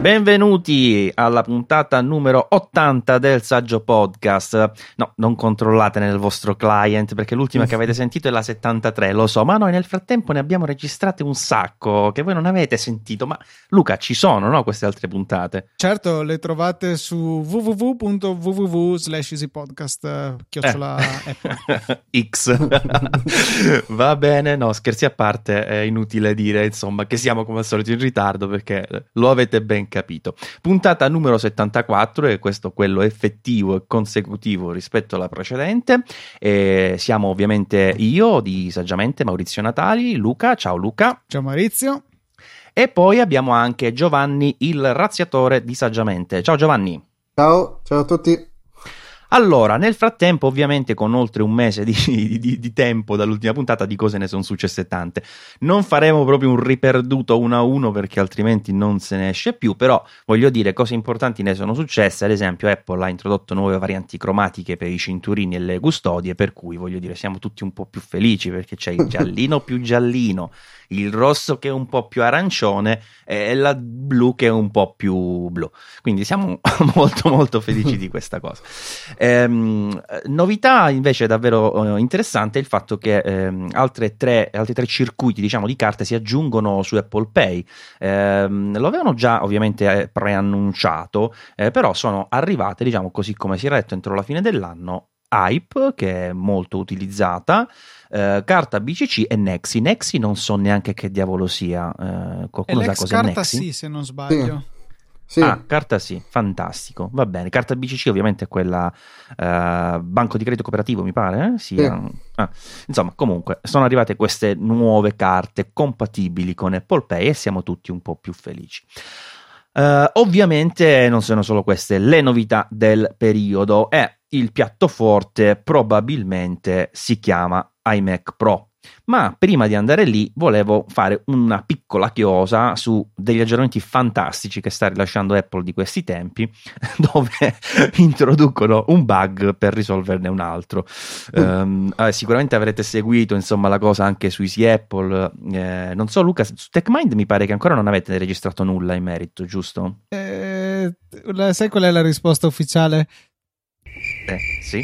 Benvenuti alla puntata numero 80 del Saggio Podcast. No, non controllate nel vostro client perché l'ultima che avete sentito è la 73, lo so, ma noi nel frattempo ne abbiamo registrate un sacco che voi non avete sentito. Ma Luca, ci sono, no, queste altre puntate? Certo, le trovate su www.easypodcast @Apple. X. Va bene, no, scherzi a parte, è inutile dire, insomma, che siamo come al solito in ritardo perché lo avete ben capito. Puntata numero 74, e questo quello effettivo e consecutivo rispetto alla precedente. Siamo ovviamente io di Saggiamente, Maurizio Natali, Luca, ciao Luca. Ciao Maurizio. E poi abbiamo anche Giovanni, il razziatore di Saggiamente. Ciao Giovanni. Ciao a tutti. Allora, nel frattempo, ovviamente, con oltre un mese di tempo dall'ultima puntata, di cose ne sono successe tante. Non faremo proprio un riperduto 1 a 1 perché altrimenti non se ne esce più, però voglio dire, cose importanti ne sono successe. Ad esempio, Apple ha introdotto nuove varianti cromatiche per i cinturini e le custodie, per cui, voglio dire, siamo tutti un po' più felici perché c'è il giallino più giallino, il rosso che è un po' più arancione e la blu che è un po' più blu. Quindi siamo molto molto felici di questa cosa. Novità invece davvero interessante è il fatto che altri tre circuiti, diciamo, di carte si aggiungono su Apple Pay. Lo avevano già ovviamente preannunciato, però sono arrivate, diciamo, così come si era detto, entro la fine dell'anno. Hype, che è molto utilizzata, carta BCC e Nexi. Nexi non so neanche che diavolo sia. Qualcuno sa cos'è carta Nexi? sì, se non sbaglio. Sì. Ah, carta sì, fantastico, va bene. Carta BCC ovviamente è quella banco di credito cooperativo, mi pare, sì. Insomma, comunque sono arrivate queste nuove carte compatibili con Apple Pay e siamo tutti un po' più felici. Ovviamente non sono solo queste le novità del periodo, e il piatto forte probabilmente si chiama iMac Pro. Ma prima di andare lì volevo fare una piccola chiosa su degli aggiornamenti fantastici che sta rilasciando Apple di questi tempi, dove introducono un bug per risolverne un altro. Sicuramente avrete seguito, insomma, la cosa anche su Easy Apple. Non so, Luca, su TechMind mi pare che ancora non avete registrato nulla in merito, giusto? Sai qual è la risposta ufficiale? Sì.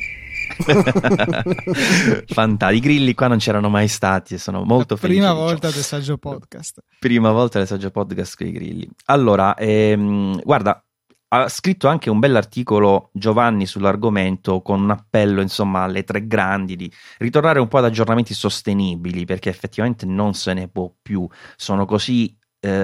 Fantastico, i grilli qua non c'erano mai stati e sono molto felice. Prima volta del Saggio Podcast. Prima volta del Saggio Podcast con i grilli. Allora, guarda, ha scritto anche un bell'articolo Giovanni sull'argomento, con un appello, insomma, alle tre grandi di ritornare un po' ad aggiornamenti sostenibili, perché effettivamente non se ne può più. Sono così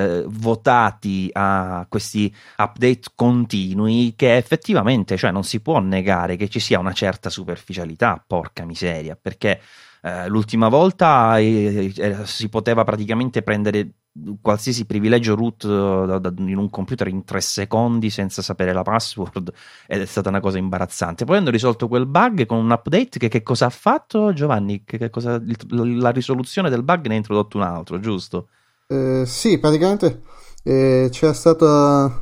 votati a questi update continui che effettivamente, cioè, non si può negare che ci sia una certa superficialità, porca miseria, perché l'ultima volta si poteva praticamente prendere qualsiasi privilegio root in un computer in 3 secondi senza sapere la password, ed è stata una cosa imbarazzante. Poi hanno risolto quel bug con un update che cosa ha fatto, Giovanni? La risoluzione del bug ne ha introdotto un altro, giusto? Sì, praticamente c'era stato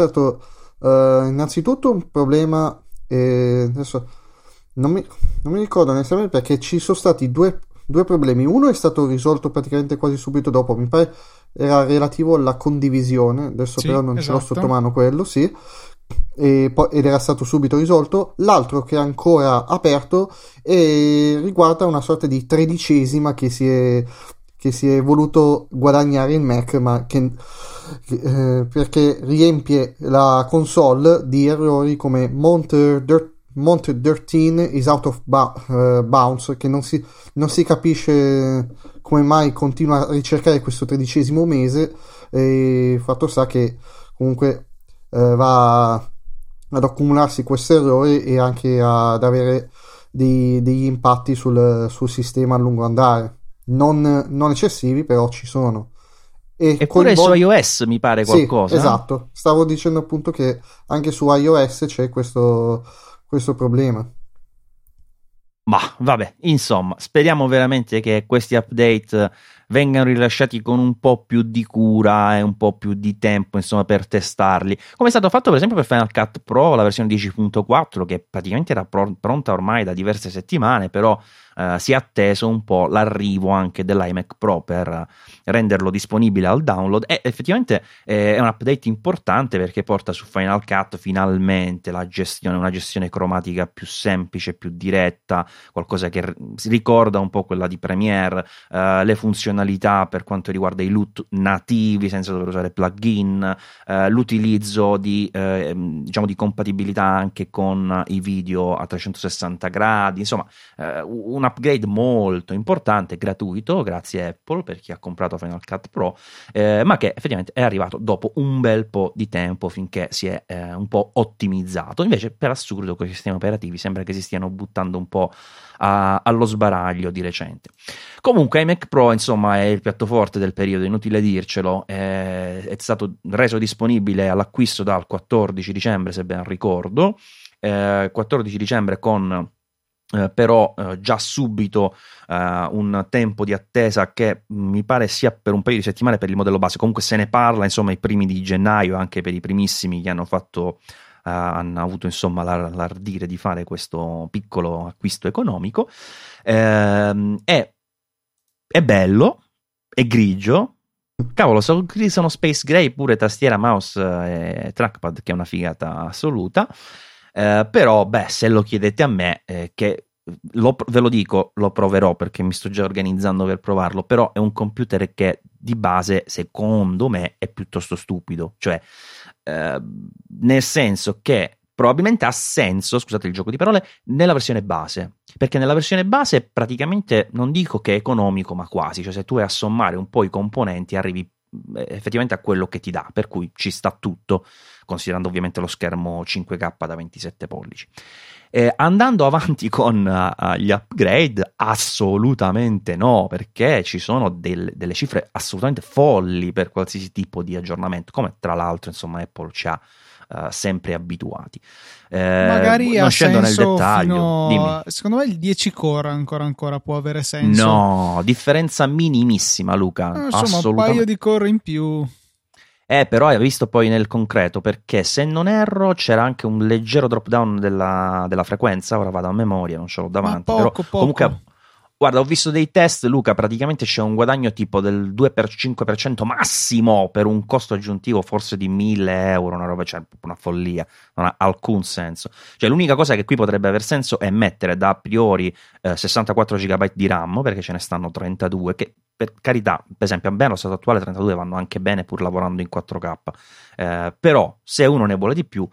innanzitutto un problema, adesso non mi ricordo onestamente, perché ci sono stati due problemi. Uno è stato risolto praticamente quasi subito dopo, mi pare era relativo alla condivisione, adesso sì, però non ce l'ho esatto. sotto mano quello, sì, ed era stato subito risolto. L'altro che è ancora aperto riguarda una sorta di 13ª che si è voluto guadagnare il Mac, ma perché riempie la console di errori come Mounted 13 is out of bounds, che non si capisce come mai continua a ricercare questo 13° mese, e fatto sta che comunque va ad accumularsi questo errore e anche ad avere degli impatti sul sistema a lungo andare. Non eccessivi, però ci sono. E pure su iOS mi pare qualcosa. Sì, esatto. Stavo dicendo appunto che anche su iOS c'è questo problema. Ma vabbè, insomma, speriamo veramente che questi update vengano rilasciati con un po' più di cura e un po' più di tempo, insomma, per testarli, come è stato fatto per esempio per Final Cut Pro, la versione 10.4, che praticamente era pronta ormai da diverse settimane, però si è atteso un po' l'arrivo anche dell'iMac Pro per renderlo disponibile al download, e effettivamente è un update importante perché porta su Final Cut finalmente una gestione cromatica più semplice, più diretta, qualcosa che si ricorda un po' quella di Premiere, le funzionalità per quanto riguarda i LUT nativi senza dover usare plugin, l'utilizzo diciamo di compatibilità anche con i video a 360 gradi, insomma un upgrade molto importante, gratuito, grazie Apple per chi ha comprato Final Cut Pro, ma che effettivamente è arrivato dopo un bel po' di tempo finché si è un po' ottimizzato. Invece per assurdo con i sistemi operativi sembra che si stiano buttando un po' allo sbaraglio di recente. Comunque iMac Pro insomma è il piatto forte del periodo, inutile dircelo, è stato reso disponibile all'acquisto dal 14 dicembre se ben ricordo, 14 dicembre con però già subito un tempo di attesa che mi pare sia per un paio di settimane per il modello base. Comunque se ne parla insomma i primi di gennaio anche per i primissimi che hanno avuto insomma l'ardire di fare questo piccolo acquisto economico. È bello, è grigio, cavolo, sono Space Gray pure tastiera, mouse e trackpad, che è una figata assoluta. Però beh, se lo chiedete a me, che ve lo dico, lo proverò perché mi sto già organizzando per provarlo, però è un computer che di base secondo me è piuttosto stupido, cioè nel senso che probabilmente ha senso, scusate il gioco di parole, nella versione base, perché nella versione base praticamente non dico che è economico, ma quasi, cioè se tu vai a sommare un po' i componenti arrivi effettivamente a quello che ti dà, per cui ci sta tutto, considerando ovviamente lo schermo 5K da 27 pollici. Andando avanti con gli upgrade, assolutamente no, perché ci sono delle cifre assolutamente folli per qualsiasi tipo di aggiornamento, come tra l'altro insomma Apple ci ha sempre abituati. Magari non ha scendo nel senso dettaglio, dimmi. Secondo me il 10 core ancora può avere senso. No, differenza minimissima, Luca. Insomma, assolutamente. un paio di core in più. Però hai visto poi nel concreto, perché se non erro c'era anche un leggero drop down della frequenza, ora vado a memoria, non ce l'ho davanti, ma poco, però poco. comunque guarda, ho visto dei test, Luca, praticamente c'è un guadagno tipo del 2-5% massimo per un costo aggiuntivo forse di 1.000 euro, una roba, cioè una follia, non ha alcun senso. Cioè l'unica cosa che qui potrebbe aver senso è mettere da a priori 64 GB di RAM, perché ce ne stanno 32, che per carità, per esempio a me allo stato attuale 32 vanno anche bene pur lavorando in 4K, però se uno ne vuole di più,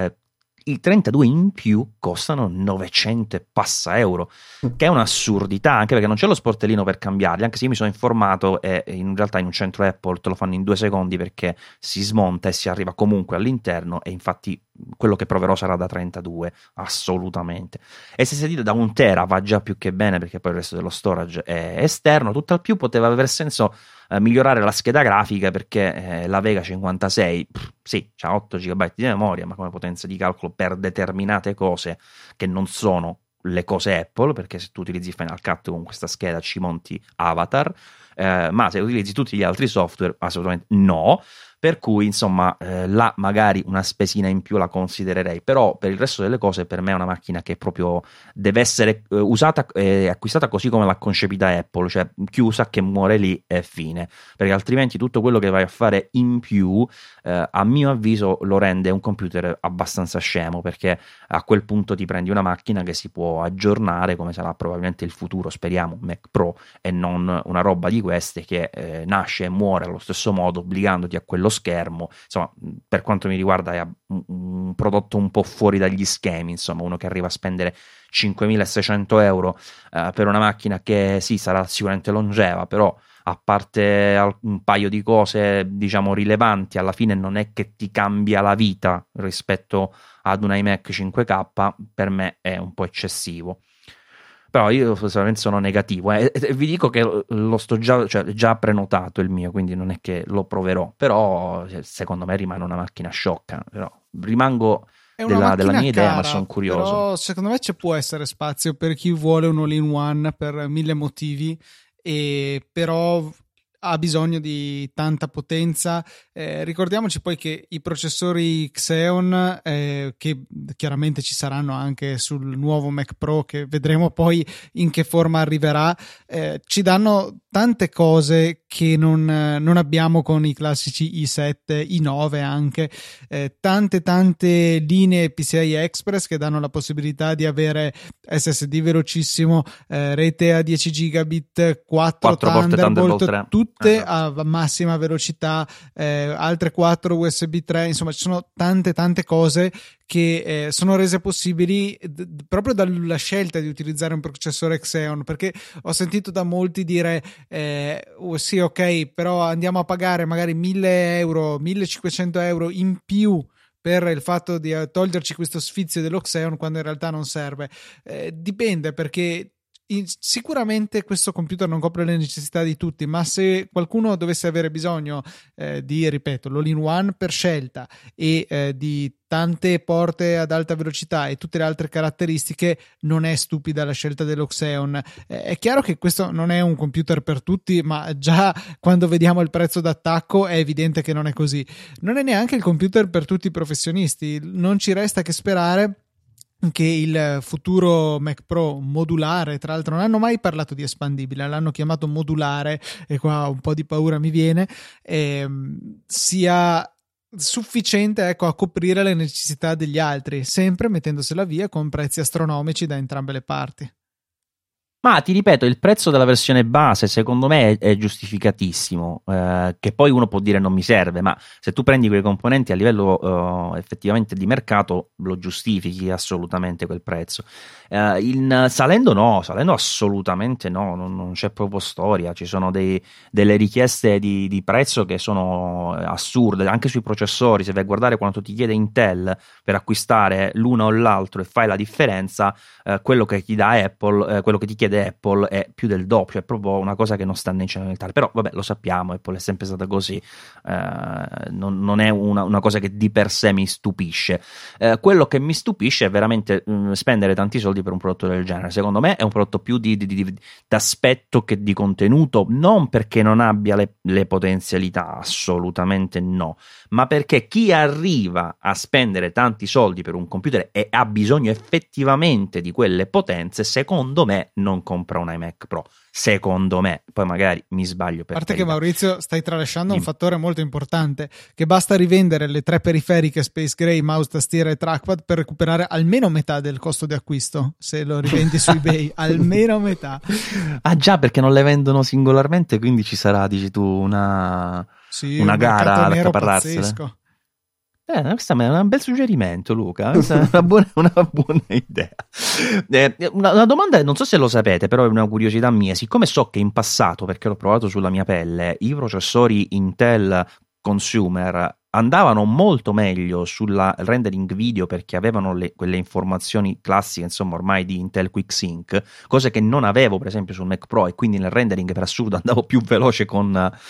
i 32 in più costano 900 e passa euro, che è un'assurdità, anche perché non c'è lo sportellino per cambiarli, anche se io mi sono informato e in realtà in un centro Apple te lo fanno in 2 secondi perché si smonta e si arriva comunque all'interno, e infatti quello che proverò sarà da 32 assolutamente. E se siete da 1 tera va già più che bene, perché poi il resto dello storage è esterno. Tutt'al più poteva aver senso migliorare la scheda grafica, perché la Vega 56 sì, c'ha 8 GB di memoria, ma come potenza di calcolo per determinate cose che non sono le cose Apple, perché se tu utilizzi Final Cut con questa scheda ci monti Avatar, ma se utilizzi tutti gli altri software assolutamente no. Per cui insomma là magari una spesina in più la considererei, però per il resto delle cose per me è una macchina che proprio deve essere usata e acquistata così come l'ha concepita Apple, cioè chiusa che muore lì e fine, perché altrimenti tutto quello che vai a fare in più a mio avviso lo rende un computer abbastanza scemo, perché a quel punto ti prendi una macchina che si può aggiornare come sarà probabilmente il futuro, speriamo, Mac Pro, e non una roba di queste che nasce e muore allo stesso modo obbligandoti a quello schermo. Insomma, per quanto mi riguarda è un prodotto un po' fuori dagli schemi, insomma, uno che arriva a spendere 5.600 euro per una macchina che sì, sarà sicuramente longeva, però a parte un paio di cose diciamo rilevanti, alla fine non è che ti cambia la vita rispetto ad un iMac 5K, per me è un po' eccessivo. Però io solamente sono negativo, e vi dico che lo sto già prenotato il mio, quindi non è che lo proverò, però secondo me rimane una macchina sciocca, però rimango della mia idea, cara, ma sono curioso. Però secondo me ci può essere spazio per chi vuole un all-in-one per 1000 motivi, e però ha bisogno di tanta potenza. Ricordiamoci poi che i processori Xeon, che chiaramente ci saranno anche sul nuovo Mac Pro, che vedremo poi in che forma arriverà, ci danno tante cose che non abbiamo con i classici i7, i9 anche, tante linee PCI Express che danno la possibilità di avere SSD velocissimo, rete a 10 gigabit, 4 Thunderbolt 3. Tutte a massima velocità, altre 4 USB 3, insomma ci sono tante cose che sono rese possibili proprio dalla scelta di utilizzare un processore Xeon, perché ho sentito da molti dire sì, ok, però andiamo a pagare magari 1.000 euro, 1.500 euro in più per il fatto di toglierci questo sfizio dello Xeon, quando in realtà non serve. Dipende, perché sicuramente questo computer non copre le necessità di tutti, ma se qualcuno dovesse avere bisogno di, ripeto, l'all-in-one per scelta e di tante porte ad alta velocità e tutte le altre caratteristiche, non è stupida la scelta dello Xeon. È chiaro che questo non è un computer per tutti, ma già quando vediamo il prezzo d'attacco è evidente che non è così. Non è neanche il computer per tutti i professionisti. Non ci resta che sperare che il futuro Mac Pro modulare, tra l'altro non hanno mai parlato di espandibile, l'hanno chiamato modulare, e qua un po' di paura mi viene, sia sufficiente, ecco, a coprire le necessità degli altri, sempre mettendosela via con prezzi astronomici da entrambe le parti. Ma ti ripeto, il prezzo della versione base secondo me è giustificatissimo, che poi uno può dire non mi serve, ma se tu prendi quei componenti a livello effettivamente di mercato lo giustifichi assolutamente quel prezzo. Salendo assolutamente no, non c'è proprio storia, ci sono delle richieste di prezzo che sono assurde, anche sui processori. Se vai a guardare quanto ti chiede Intel per acquistare l'uno o l'altro e fai la differenza, quello che ti dà Apple, quello che ti chiede Apple è più del doppio, è proprio una cosa che non sta né in cielo né in terra. Però vabbè, lo sappiamo, Apple è sempre stata così, non è una cosa che di per sé mi stupisce. Quello che mi stupisce è veramente spendere tanti soldi per un prodotto del genere. Secondo me è un prodotto più d'aspetto che di contenuto, non perché non abbia le potenzialità, assolutamente no, ma perché chi arriva a spendere tanti soldi per un computer e ha bisogno effettivamente di quelle potenze, secondo me non compra un iMac Pro. Secondo me, poi magari mi sbaglio. Per a parte carità. che, Maurizio, stai tralasciando un fattore molto importante, che basta rivendere le 3 periferiche Space Gray, mouse, tastiera e trackpad per recuperare almeno metà del costo di acquisto, se lo rivendi su eBay. Almeno metà. Ah già, perché non le vendono singolarmente, quindi ci sarà, dici tu, una gara ad accaparrarsele. Questo è un bel suggerimento, Luca. Questa è una buona idea. Una domanda, non so se lo sapete, però è una curiosità mia. Siccome so che in passato, perché l'ho provato sulla mia pelle, i processori Intel consumer andavano molto meglio sul rendering video, perché avevano quelle informazioni classiche, insomma, ormai di Intel QuickSync, cose che non avevo per esempio sul Mac Pro, e quindi nel rendering per assurdo andavo più veloce con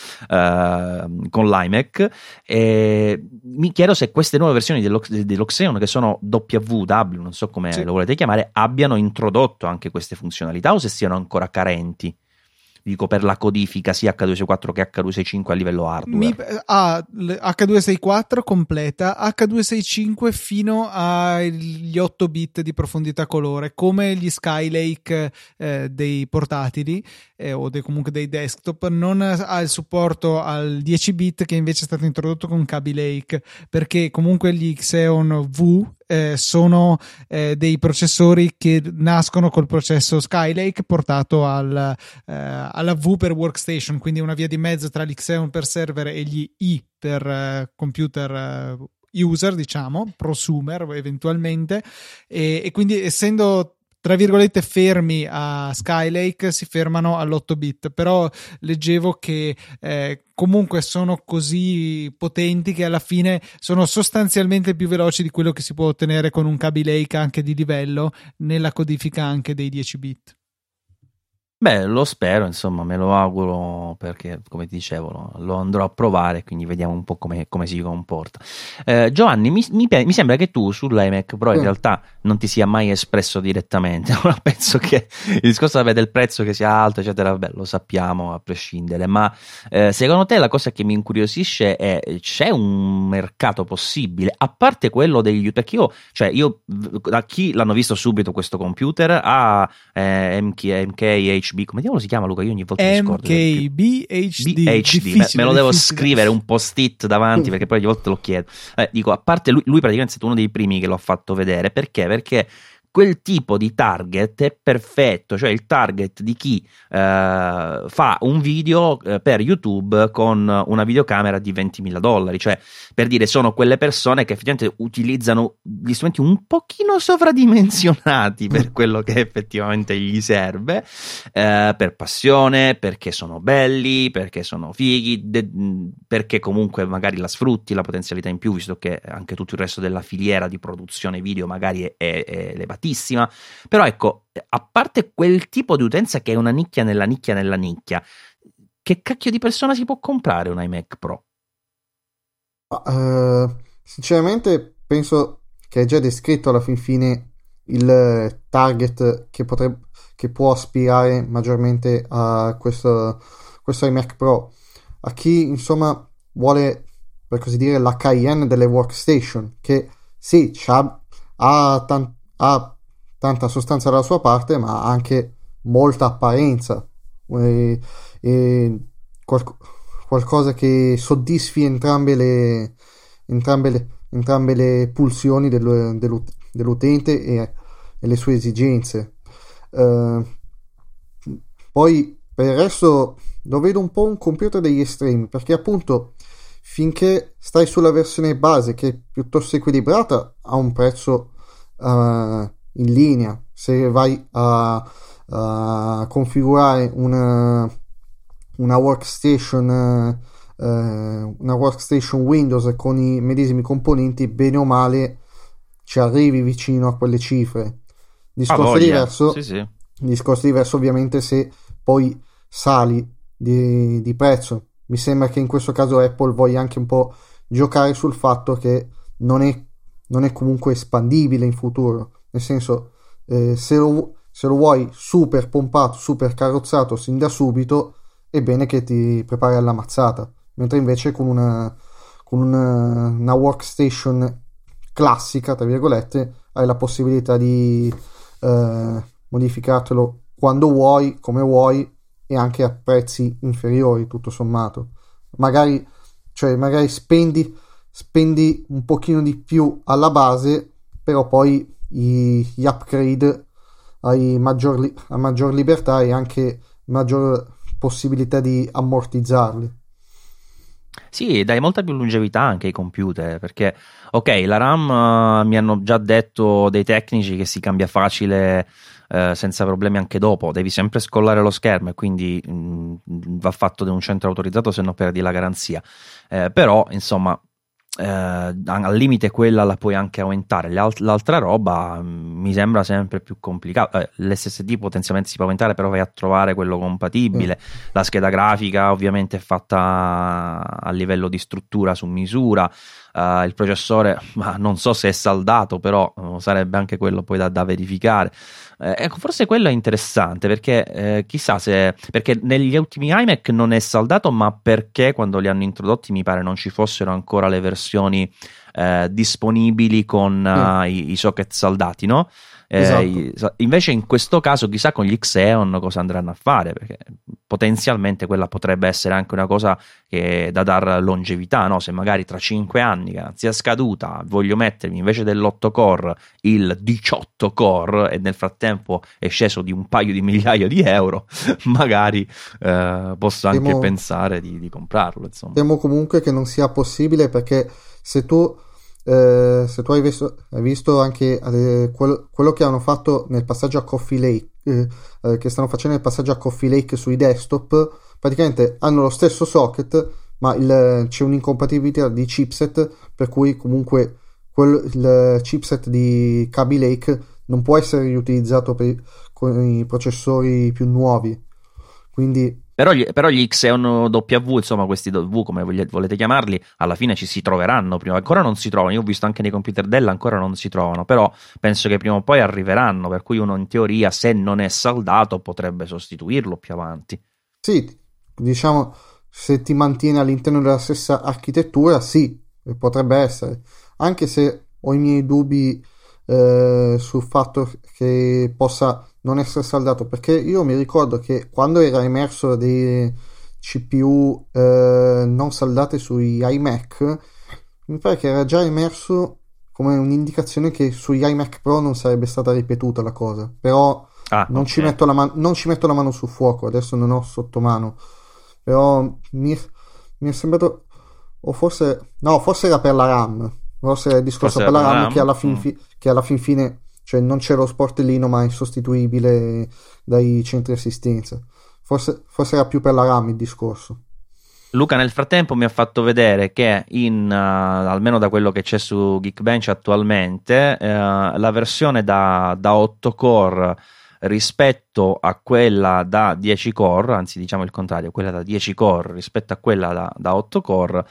l'iMac. Mi chiedo se queste nuove versioni dello Xeon, che sono WW, non so come lo volete chiamare, abbiano introdotto anche queste funzionalità o se siano ancora carenti. Dico, per la codifica sia H264 che H265 a livello hardware. H264 completa, H265 fino agli 8 bit di profondità colore, come gli Skylake dei portatili o comunque dei desktop. Non ha il supporto al 10 bit, che invece è stato introdotto con Kaby Lake, perché comunque gli Xeon V sono dei processori che nascono col processo Skylake portato alla V per workstation, quindi una via di mezzo tra gli Xeon per server e gli I per computer user, diciamo, prosumer eventualmente, e quindi, essendo tra virgolette fermi a Skylake, si fermano all'8 bit. Però leggevo che comunque sono così potenti che alla fine sono sostanzialmente più veloci di quello che si può ottenere con un Kaby Lake anche di livello, nella codifica anche dei 10 bit. Beh, lo spero, insomma, me lo auguro perché, come ti dicevo, lo andrò a provare, quindi vediamo un po' come si comporta. Giovanni, mi sembra che tu sull'iMac Pro in Sì. realtà non ti sia mai espresso direttamente. Ora penso che il discorso vabbè, del prezzo che sia alto, eccetera, vabbè, lo sappiamo a prescindere, ma secondo te la cosa che mi incuriosisce è c'è un mercato possibile, a parte quello degli... Perché io, da chi l'hanno visto subito questo computer, a MKHD, come diavolo si chiama, Luca? Io ogni volta mi scordo. MKBHD. Me lo devo Difficile. scrivere un post-it davanti perché poi ogni volta lo chiedo. Dico, a parte lui praticamente è stato uno dei primi che l'ho fatto vedere. Perché quel tipo di target è perfetto, cioè il target di chi fa un video per YouTube con una videocamera di $20.000, cioè per dire sono quelle persone che effettivamente utilizzano gli strumenti un pochino sovradimensionati per quello che effettivamente gli serve, per passione, perché sono belli, perché sono fighi, perché comunque magari la sfrutti la potenzialità in più, visto che anche tutto il resto della filiera di produzione video magari è elevatissima. Però ecco, a parte quel tipo di utenza che è una nicchia nella nicchia nella nicchia, che cacchio di persona si può comprare un iMac Pro? Sinceramente penso che hai già descritto alla fin fine il target che può aspirare maggiormente a questo iMac Pro, a chi insomma vuole, per così dire, la Cayenne delle workstation, che sì, ha tanta sostanza dalla sua parte, ma ha anche molta apparenza, e, e qual- qualcosa che soddisfi entrambe le pulsioni dell'utente e le sue esigenze. Poi per il resto lo vedo un po' un computer degli estremi, perché appunto finché stai sulla versione base, che è piuttosto equilibrata, ha un prezzo in linea. Se vai a configurare una workstation Windows con i medesimi componenti, bene o male ci arrivi vicino a quelle cifre. Discorso diverso, sì. discorso diverso ovviamente se poi sali di prezzo. Mi sembra che in questo caso Apple voglia anche un po' giocare sul fatto che non è comunque espandibile in futuro, nel senso, se lo vuoi super pompato, super carrozzato sin da subito, è bene che ti prepari alla mazzata, mentre invece con una workstation classica, tra virgolette, hai la possibilità di modificartelo quando vuoi, come vuoi, e anche a prezzi inferiori, tutto sommato. Magari spendi un pochino di più alla base, però poi gli upgrade hai maggior libertà e anche maggior possibilità di ammortizzarli. Sì, dai molta più longevità anche ai computer, perché ok, la RAM mi hanno già detto dei tecnici che si cambia facile, senza problemi anche dopo, devi sempre scollare lo schermo e quindi va fatto da un centro autorizzato, se no perdi la garanzia. Però insomma, al limite quella la puoi anche aumentare. L'altra roba mi sembra sempre più complicata. L'SSD potenzialmente si può aumentare, però vai a trovare quello compatibile. La scheda grafica ovviamente è fatta a livello di struttura su misura. Il processore, ma non so se è saldato, però sarebbe anche quello poi da verificare. Ecco, forse quello è interessante, perché chissà se, perché negli ultimi iMac non è saldato, ma perché quando li hanno introdotti mi pare non ci fossero ancora le versioni disponibili con i socket saldati, no? Esatto. Invece in questo caso chissà con gli Xeon cosa andranno a fare, perché potenzialmente quella potrebbe essere anche una cosa che da dar longevità, no? Se magari tra 5 anni, garanzia scaduta, voglio mettermi invece dell'8 core il 18 core e nel frattempo è sceso di un paio di migliaia di euro, magari posso anche pensare di comprarlo, insomma. Temo comunque che non sia possibile, perché se tu hai visto anche quello che hanno fatto nel passaggio a Coffee Lake, che stanno facendo nel passaggio a Coffee Lake sui desktop, praticamente hanno lo stesso socket, ma c'è un'incompatibilità di chipset, per cui comunque il chipset di Kaby Lake non può essere riutilizzato con i processori più nuovi, quindi Però gli Xeon W, insomma, questi W, come volete chiamarli, alla fine ci si troveranno prima. Ancora non si trovano. Io ho visto anche nei computer Dell, ancora non si trovano. Però penso che prima o poi arriveranno. Per cui uno, in teoria, se non è saldato, potrebbe sostituirlo più avanti. sì, diciamo, se ti mantiene all'interno della stessa architettura, sì, potrebbe essere. Anche se ho i miei dubbi sul fatto che possa non essere saldato, perché io mi ricordo che quando era emerso dei CPU non saldate sui iMac, mi pare che era già emerso come un'indicazione che sugli iMac Pro non sarebbe stata ripetuta la cosa, però non ci metto non ci metto la mano sul fuoco, adesso non ho sotto mano, però mi è sembrato, o forse era per la RAM, forse è il discorso per la RAM che alla fin fine, cioè non c'è lo sportellino mai sostituibile dai centri assistenza, forse era più per la RAM il discorso. Luca nel frattempo mi ha fatto vedere che almeno da quello che c'è su Geekbench attualmente, la versione da 8 core rispetto a quella da 10 core, anzi diciamo il contrario, quella da 10 core rispetto a quella da 8 core,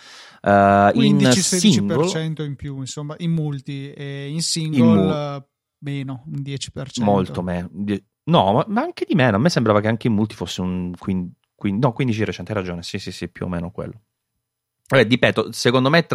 15-16% in più, insomma, in multi, e in single meno, un 10%. Molto meno. No, ma anche di meno. A me sembrava che anche in multi fosse un 15%, hai ragione, sì, più o meno quello. Ripeto, secondo me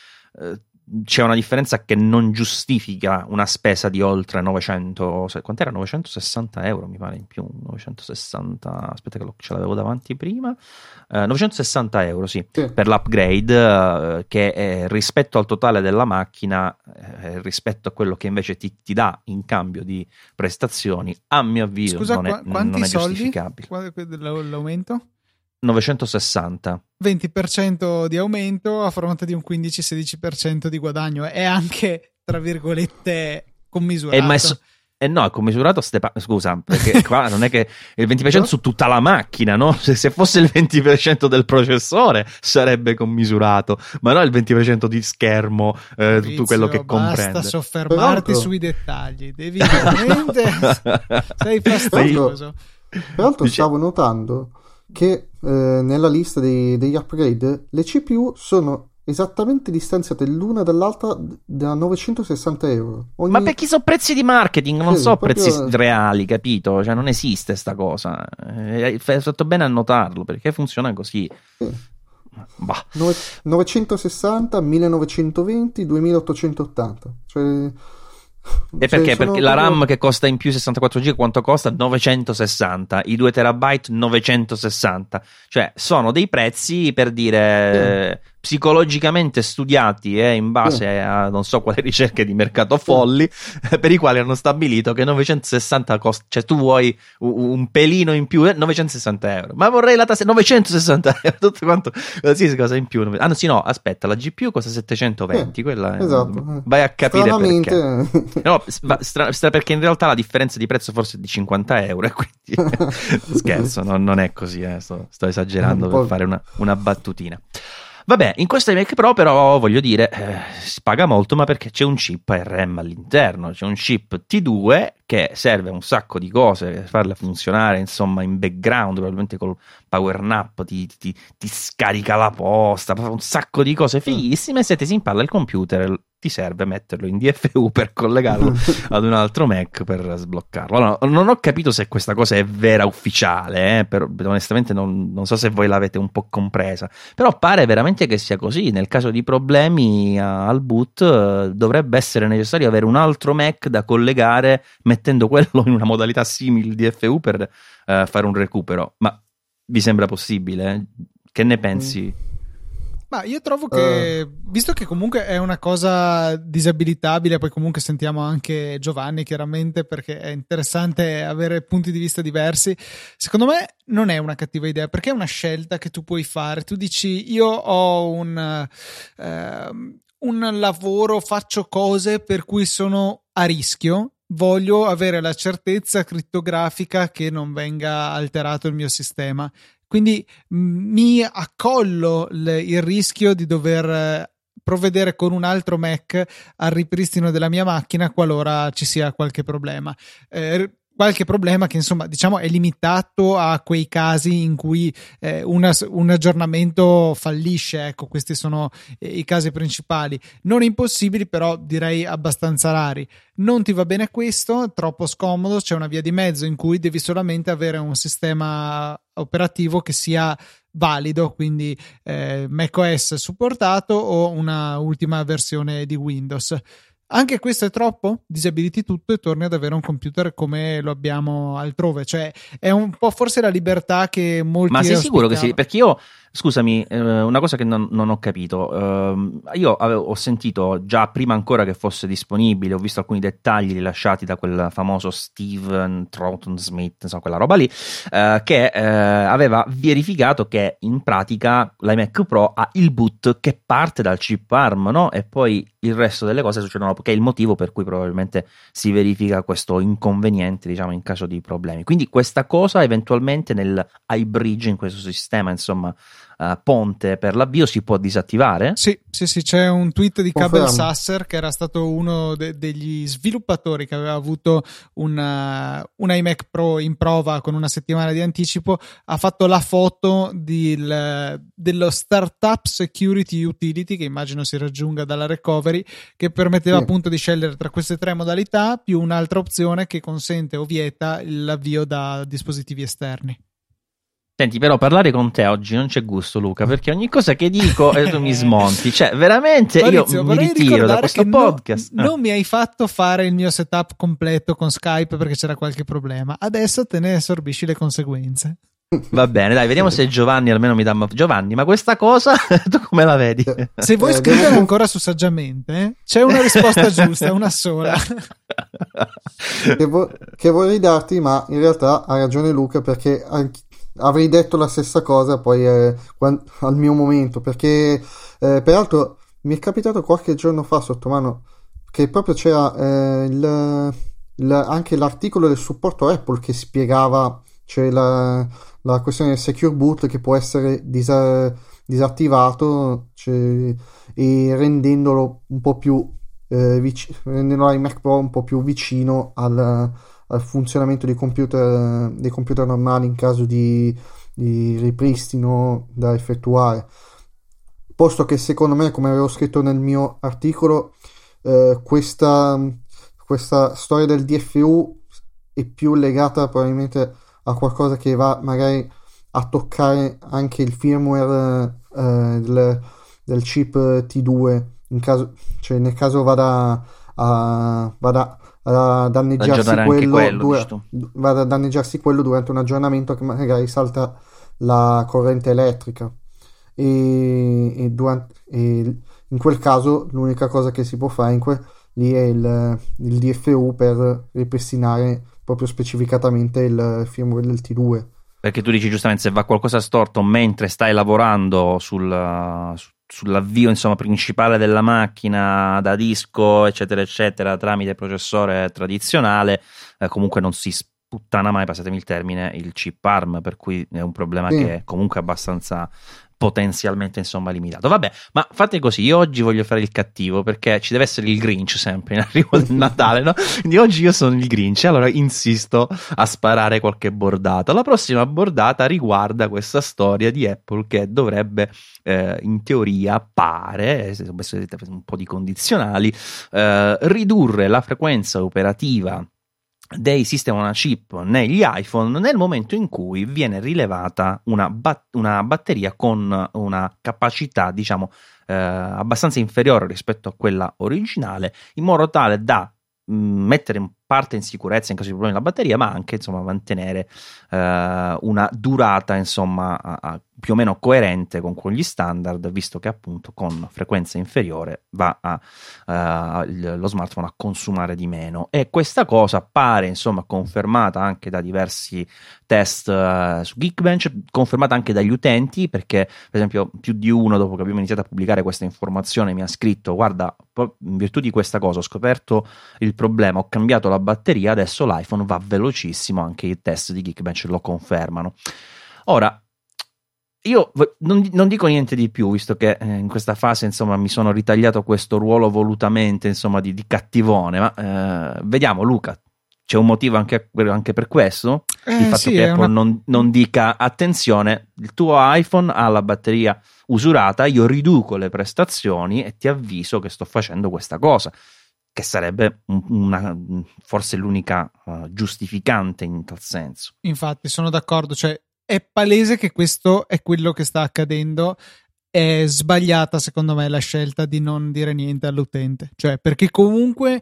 c'è una differenza che non giustifica una spesa di oltre 900, quant'era? 960 euro mi pare in più, 960, aspetta che ce l'avevo davanti prima, 960 euro sì, per l'upgrade, che rispetto al totale della macchina, rispetto a quello che invece ti dà in cambio di prestazioni, a mio avviso non è giustificabile. L'aumento? 960, 20% di aumento a fronte di un 15-16% di guadagno. È anche, tra virgolette, commisurato. No, è commisurato, scusa, perché qua non è che il 20% su tutta la macchina, no? Se fosse il 20% del processore sarebbe commisurato, ma no il 20% di schermo, tutto quello che comprende. Basta soffermarti sui dettagli, devi veramente sei fastidioso. Peraltro stavo notando che nella lista degli upgrade le CPU sono esattamente distanziate l'una dall'altra da 960 euro. Ma perché sono prezzi di marketing, non so prezzi reali, capito? Cioè non esiste sta cosa. Hai fatto bene a notarlo, perché funziona così. Bah. 960, 1920, 2880. Cioè... E perché? Perché la RAM che costa in più 64 GB quanto costa? 960, i 2 terabyte 960, cioè sono dei prezzi, per dire, psicologicamente studiati in base a non so quale ricerche di mercato folli, per i quali hanno stabilito che 960 costa, cioè tu vuoi un pelino in più, 960 euro, ma vorrei la tassa 960 euro, tutto quanto qualsiasi cosa in più. Ah no, sì, no, aspetta, la GPU costa 720, quella esatto. Vai a capire perché. No, perché in realtà la differenza di prezzo forse è di 50 euro, quindi scherzo, non è così, sto esagerando per fare una battutina. Vabbè, in questo iMac Pro però voglio dire si paga molto, ma perché c'è un chip ARM all'interno, c'è un chip T2 che serve a un sacco di cose per farle funzionare, insomma, in background, probabilmente col power nap ti scarica la posta, un sacco di cose fighissime. Se ti si impalla il computer ti serve metterlo in DFU per collegarlo ad un altro Mac per sbloccarlo. Allora, non ho capito se questa cosa è vera ufficiale, però onestamente non so se voi l'avete un po' compresa, però pare veramente che sia così. Nel caso di problemi al boot dovrebbe essere necessario avere un altro Mac da collegare mettendo quello in una modalità simile DFU per fare un recupero. Ma vi sembra possibile? Che ne pensi? Ma io trovo che, visto che comunque è una cosa disabilitabile, poi comunque sentiamo anche Giovanni chiaramente, perché è interessante avere punti di vista diversi, secondo me non è una cattiva idea, perché è una scelta che tu puoi fare. Tu dici: io ho un lavoro, faccio cose per cui sono a rischio, voglio avere la certezza crittografica che non venga alterato il mio sistema. Quindi mi accollo il rischio di dover provvedere con un altro Mac al ripristino della mia macchina qualora ci sia qualche problema. qualche problema che insomma diciamo è limitato a quei casi in cui un aggiornamento fallisce. Ecco, questi sono i casi principali, non impossibili però direi abbastanza rari. Non ti va bene questo, troppo scomodo, c'è una via di mezzo in cui devi solamente avere un sistema operativo che sia valido, quindi macOS supportato o una ultima versione di Windows. Anche questo è troppo? Disabiliti tutto e torni ad avere un computer come lo abbiamo altrove. Cioè è un po' forse la libertà che molti... Ma sei sicuro che sì? Perché io, scusami, una cosa che non ho capito, io ho sentito già prima ancora che fosse disponibile, ho visto alcuni dettagli rilasciati da quel famoso Steve Troughton-Smith, insomma quella roba lì, che aveva verificato che in pratica l'iMac Pro ha il boot che parte dal chip ARM, no? E poi il resto delle cose succedono, che è il motivo per cui probabilmente si verifica questo inconveniente, diciamo, in caso di problemi. Quindi questa cosa eventualmente nel iBridge, in questo sistema, insomma, ponte per l'avvio, si può disattivare? Sì, c'è un tweet di Cabel Sasser, che era stato uno degli sviluppatori che aveva avuto un iMac Pro in prova con una settimana di anticipo. Ha fatto la foto dello Startup Security Utility, che immagino si raggiunga dalla recovery, che permetteva appunto di scegliere tra queste tre modalità più un'altra opzione che consente o vieta l'avvio da dispositivi esterni. Senti, però parlare con te oggi non c'è gusto, Luca, perché ogni cosa che dico tu mi smonti. Cioè, veramente Maurizio, io mi ritiro da questo podcast. Non mi hai fatto fare il mio setup completo con Skype perché c'era qualche problema. Adesso te ne assorbisci le conseguenze. Va bene, dai, vediamo se Giovanni almeno mi dà... Giovanni, ma questa cosa tu come la vedi? Se vuoi scrivere ancora su Saggiamente, c'è una risposta giusta, una sola. Che vorrei darti, ma in realtà ha ragione Luca, perché avrei detto la stessa cosa poi al mio momento, perché peraltro mi è capitato qualche giorno fa sotto mano che proprio c'era anche l'articolo del supporto Apple che spiegava, cioè la questione del secure boot che può essere disattivato, cioè, e rendendolo un po' più rendendo l'iMac Pro un po' più vicino al funzionamento dei computer normali in caso di ripristino da effettuare, posto che secondo me, come avevo scritto nel mio articolo, questa storia del DFU è più legata probabilmente a qualcosa che va magari a toccare anche il firmware del chip T2, nel caso vada a danneggiarsi vada a danneggiarsi quello durante un aggiornamento che magari salta la corrente elettrica, e in quel caso l'unica cosa che si può fare lì è il DFU per ripristinare proprio specificatamente il firmware del T2. Perché tu dici giustamente, se va qualcosa storto mentre stai lavorando sull'avvio, insomma, principale della macchina da disco eccetera eccetera tramite processore tradizionale, comunque non si sputtana mai, passatemi il termine, il chip ARM, per cui è un problema che è comunque abbastanza potenzialmente, insomma, limitato. Vabbè, ma fate così, io oggi voglio fare il cattivo perché ci deve essere il Grinch sempre in arrivo del Natale, no? Quindi oggi io sono il Grinch, allora insisto a sparare qualche bordata. La prossima bordata riguarda questa storia di Apple che dovrebbe in teoria, pare, un po' di condizionali, ridurre la frequenza operativa dei sistemi on a chip negli iPhone nel momento in cui viene rilevata una batteria con una capacità, diciamo, abbastanza inferiore rispetto a quella originale, in modo tale da mettere in parte in sicurezza in caso di problemi la batteria, ma anche, insomma, mantenere una durata, insomma, più o meno coerente con quegli standard, visto che appunto con frequenza inferiore va lo smartphone a consumare di meno. E questa cosa pare, insomma, confermata anche da diversi test su Geekbench, confermata anche dagli utenti, perché per esempio più di uno, dopo che abbiamo iniziato a pubblicare questa informazione, mi ha scritto: guarda, in virtù di questa cosa ho scoperto il problema, ho cambiato la batteria, adesso l'iPhone va velocissimo, anche i test di Geekbench lo confermano. Ora, io non dico niente di più, visto che in questa fase, insomma, mi sono ritagliato questo ruolo volutamente, insomma, di cattivone, ma vediamo, Luca, c'è un motivo anche per questo? Il fatto sì, che Apple non dica attenzione, il tuo iPhone ha la batteria usurata, io riduco le prestazioni e ti avviso che sto facendo questa cosa, che sarebbe forse l'unica giustificante in tal senso. Infatti sono d'accordo, cioè è palese che questo è quello che sta accadendo. È sbagliata secondo me la scelta di non dire niente all'utente, cioè perché comunque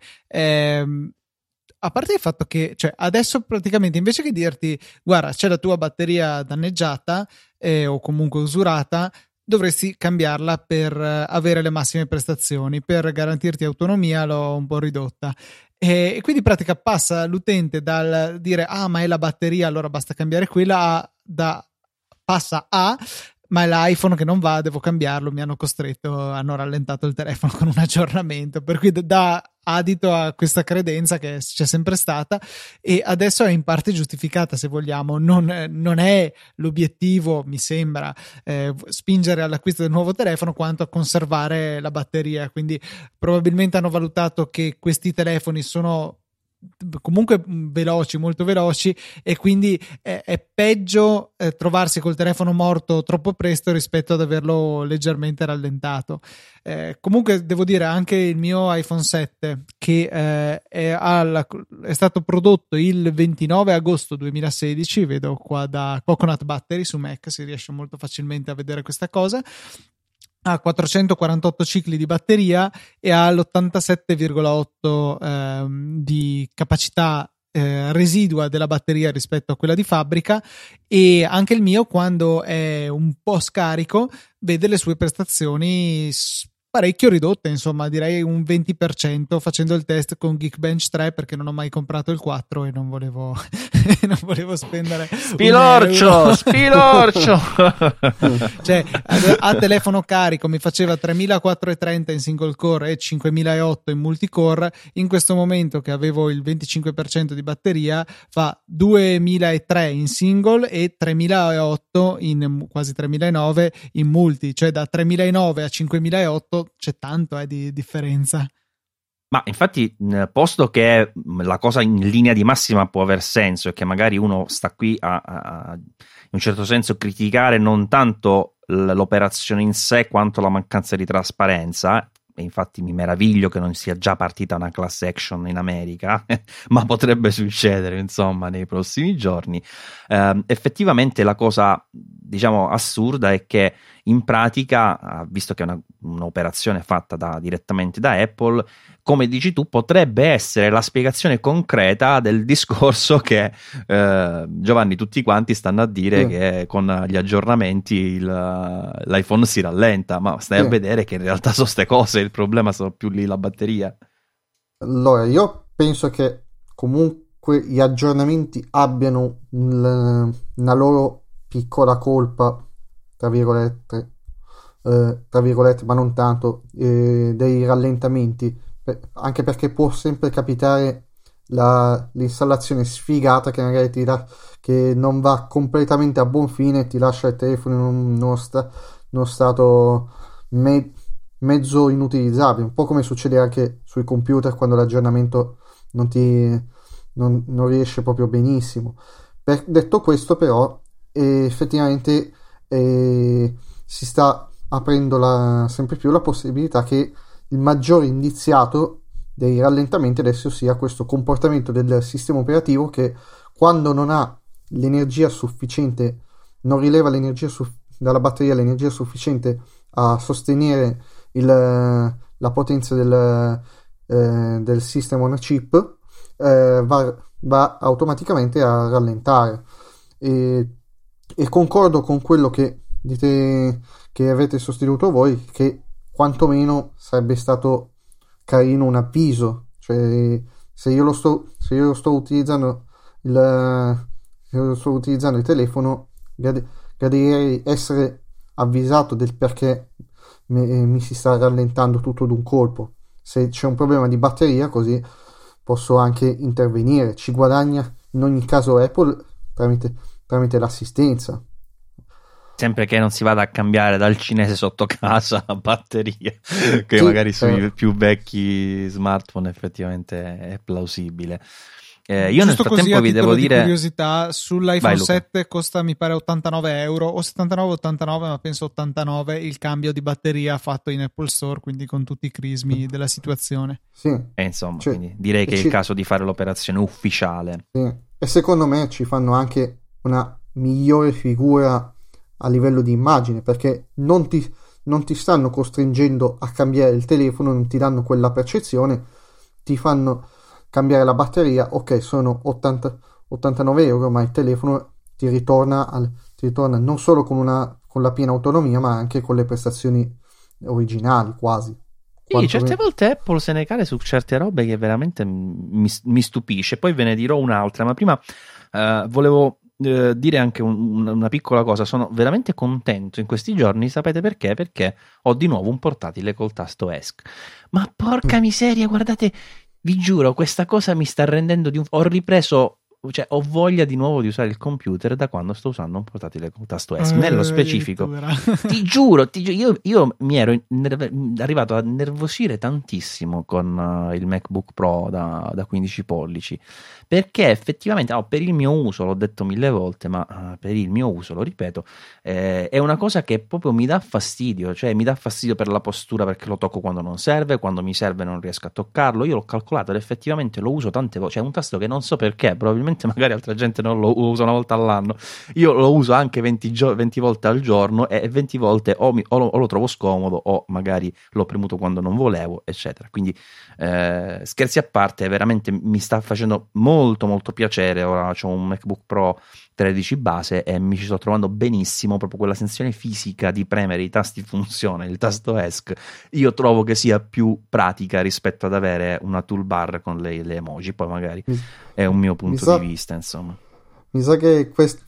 a parte il fatto che, cioè, adesso praticamente invece che dirti guarda c'è la tua batteria danneggiata o comunque usurata, dovresti cambiarla per avere le massime prestazioni, per garantirti autonomia l'ho un po' ridotta. E quindi in pratica passa l'utente dal dire ma è la batteria allora basta cambiare quella passa a ma è l'iPhone che non va, devo cambiarlo, mi hanno hanno rallentato il telefono con un aggiornamento, per cui dà adito a questa credenza che c'è sempre stata e adesso è in parte giustificata, se vogliamo. Non è l'obiettivo, mi sembra, spingere all'acquisto del nuovo telefono quanto a conservare la batteria, quindi probabilmente hanno valutato che questi telefoni sono comunque veloci, molto veloci, e quindi è peggio trovarsi col telefono morto troppo presto rispetto ad averlo leggermente rallentato. Comunque devo dire anche il mio iPhone 7 che è stato prodotto il 29 agosto 2016, vedo qua da Coconut Battery su Mac, si riesce molto facilmente a vedere questa cosa, ha 448 cicli di batteria e ha l'87,8 di capacità residua della batteria rispetto a quella di fabbrica, e anche il mio quando è un po' scarico vede le sue prestazioni parecchio ridotte, insomma direi un 20% facendo il test con Geekbench 3 perché non ho mai comprato il 4 e non volevo spendere spilorcio cioè a telefono carico mi faceva 3430 in single core e 5008 in multicore. In questo momento che avevo il 25% di batteria fa 2003 in single e 3008 in quasi 3009 in multi, cioè da 3009 a 5008 c'è tanto di differenza. Ma infatti, posto che la cosa in linea di massima può aver senso e che magari uno sta qui a in un certo senso criticare non tanto l'operazione in sé quanto la mancanza di trasparenza, e infatti mi meraviglio che non sia già partita una class action in America, ma potrebbe succedere insomma nei prossimi giorni. Effettivamente la cosa diciamo assurda è che in pratica, visto che è un'operazione fatta direttamente da Apple, come dici tu, potrebbe essere la spiegazione concreta del discorso che Giovanni tutti quanti stanno a dire che con gli aggiornamenti l'iPhone si rallenta, ma stai a vedere che in realtà sono ste cose, il problema sono più lì la batteria. Allora, io penso che comunque gli aggiornamenti abbiano una loro piccola colpa, tra virgolette, ma non tanto, dei rallentamenti, anche perché può sempre capitare l'installazione sfigata che magari che non va completamente a buon fine e ti lascia il telefono in uno stato mezzo inutilizzabile, un po' come succede anche sui computer quando l'aggiornamento non riesce proprio benissimo. Detto questo, però, effettivamente si sta aprendo sempre più la possibilità che il maggiore indiziato dei rallentamenti adesso sia questo comportamento del sistema operativo che quando non ha l'energia sufficiente, non rileva l'energia dalla batteria, l'energia sufficiente a sostenere la potenza del system on a chip, va automaticamente a rallentare. E concordo con quello che dite, che avete sostenuto voi, che quantomeno sarebbe stato carino un avviso, cioè se io lo sto utilizzando il telefono, gradirei essere avvisato del perché mi si sta rallentando tutto d'un colpo. Se c'è un problema di batteria, così posso anche intervenire. Ci guadagna in ogni caso Apple tramite l'assistenza. Sempre che non si vada a cambiare dal cinese sotto casa la batteria, che sì, magari sui più vecchi smartphone effettivamente è plausibile. Io nel frattempo vi devo dire, curiosità, sull'iPhone 7 costa mi pare 89 euro o 79,89, ma penso 89 il cambio di batteria fatto in Apple Store, quindi con tutti i crismi della situazione. Sì. E insomma, quindi direi che è il caso di fare l'operazione ufficiale. Sì. E secondo me ci fanno anche una migliore figura a livello di immagine, perché non ti stanno costringendo a cambiare il telefono, non ti danno quella percezione, ti fanno cambiare la batteria, ok, sono 89 euro, ma il telefono ti ritorna non solo con la piena autonomia, ma anche con le prestazioni originali, quasi. Sì, certe volte Apple se ne cale su certe robe che veramente mi stupisce. Poi ve ne dirò un'altra, ma prima volevo dire anche una piccola cosa. Sono veramente contento in questi giorni, sapete perché? Perché ho di nuovo un portatile col tasto ESC. Ma porca miseria, guardate, vi giuro, questa cosa mi sta rendendo ho ripreso, cioè ho voglia di nuovo di usare il computer da quando sto usando un portatile con tasto ESC. Nello specifico, ti giuro, io mi ero arrivato a nervosire tantissimo con il MacBook Pro da 15 pollici, perché effettivamente per il mio uso, l'ho detto 1000 volte, ma per il mio uso, lo ripeto, è una cosa che proprio mi dà fastidio, cioè mi dà fastidio per la postura, perché lo tocco quando non serve, quando mi serve non riesco a toccarlo. Io l'ho calcolato ed effettivamente lo uso tante volte, cioè è un tasto che non so perché, probabilmente magari altra gente non lo usa una volta all'anno, io lo uso anche 20 volte al giorno, e 20 volte o lo trovo scomodo o magari l'ho premuto quando non volevo, eccetera. Quindi scherzi a parte, veramente mi sta facendo molto molto piacere. Ora ho un MacBook Pro 13 base e mi ci sto trovando benissimo. Proprio quella sensazione fisica di premere i tasti funzione, il tasto ESC, io trovo che sia più pratica rispetto ad avere una toolbar con le emoji. Poi magari è un mio punto di vista, insomma. Mi sa che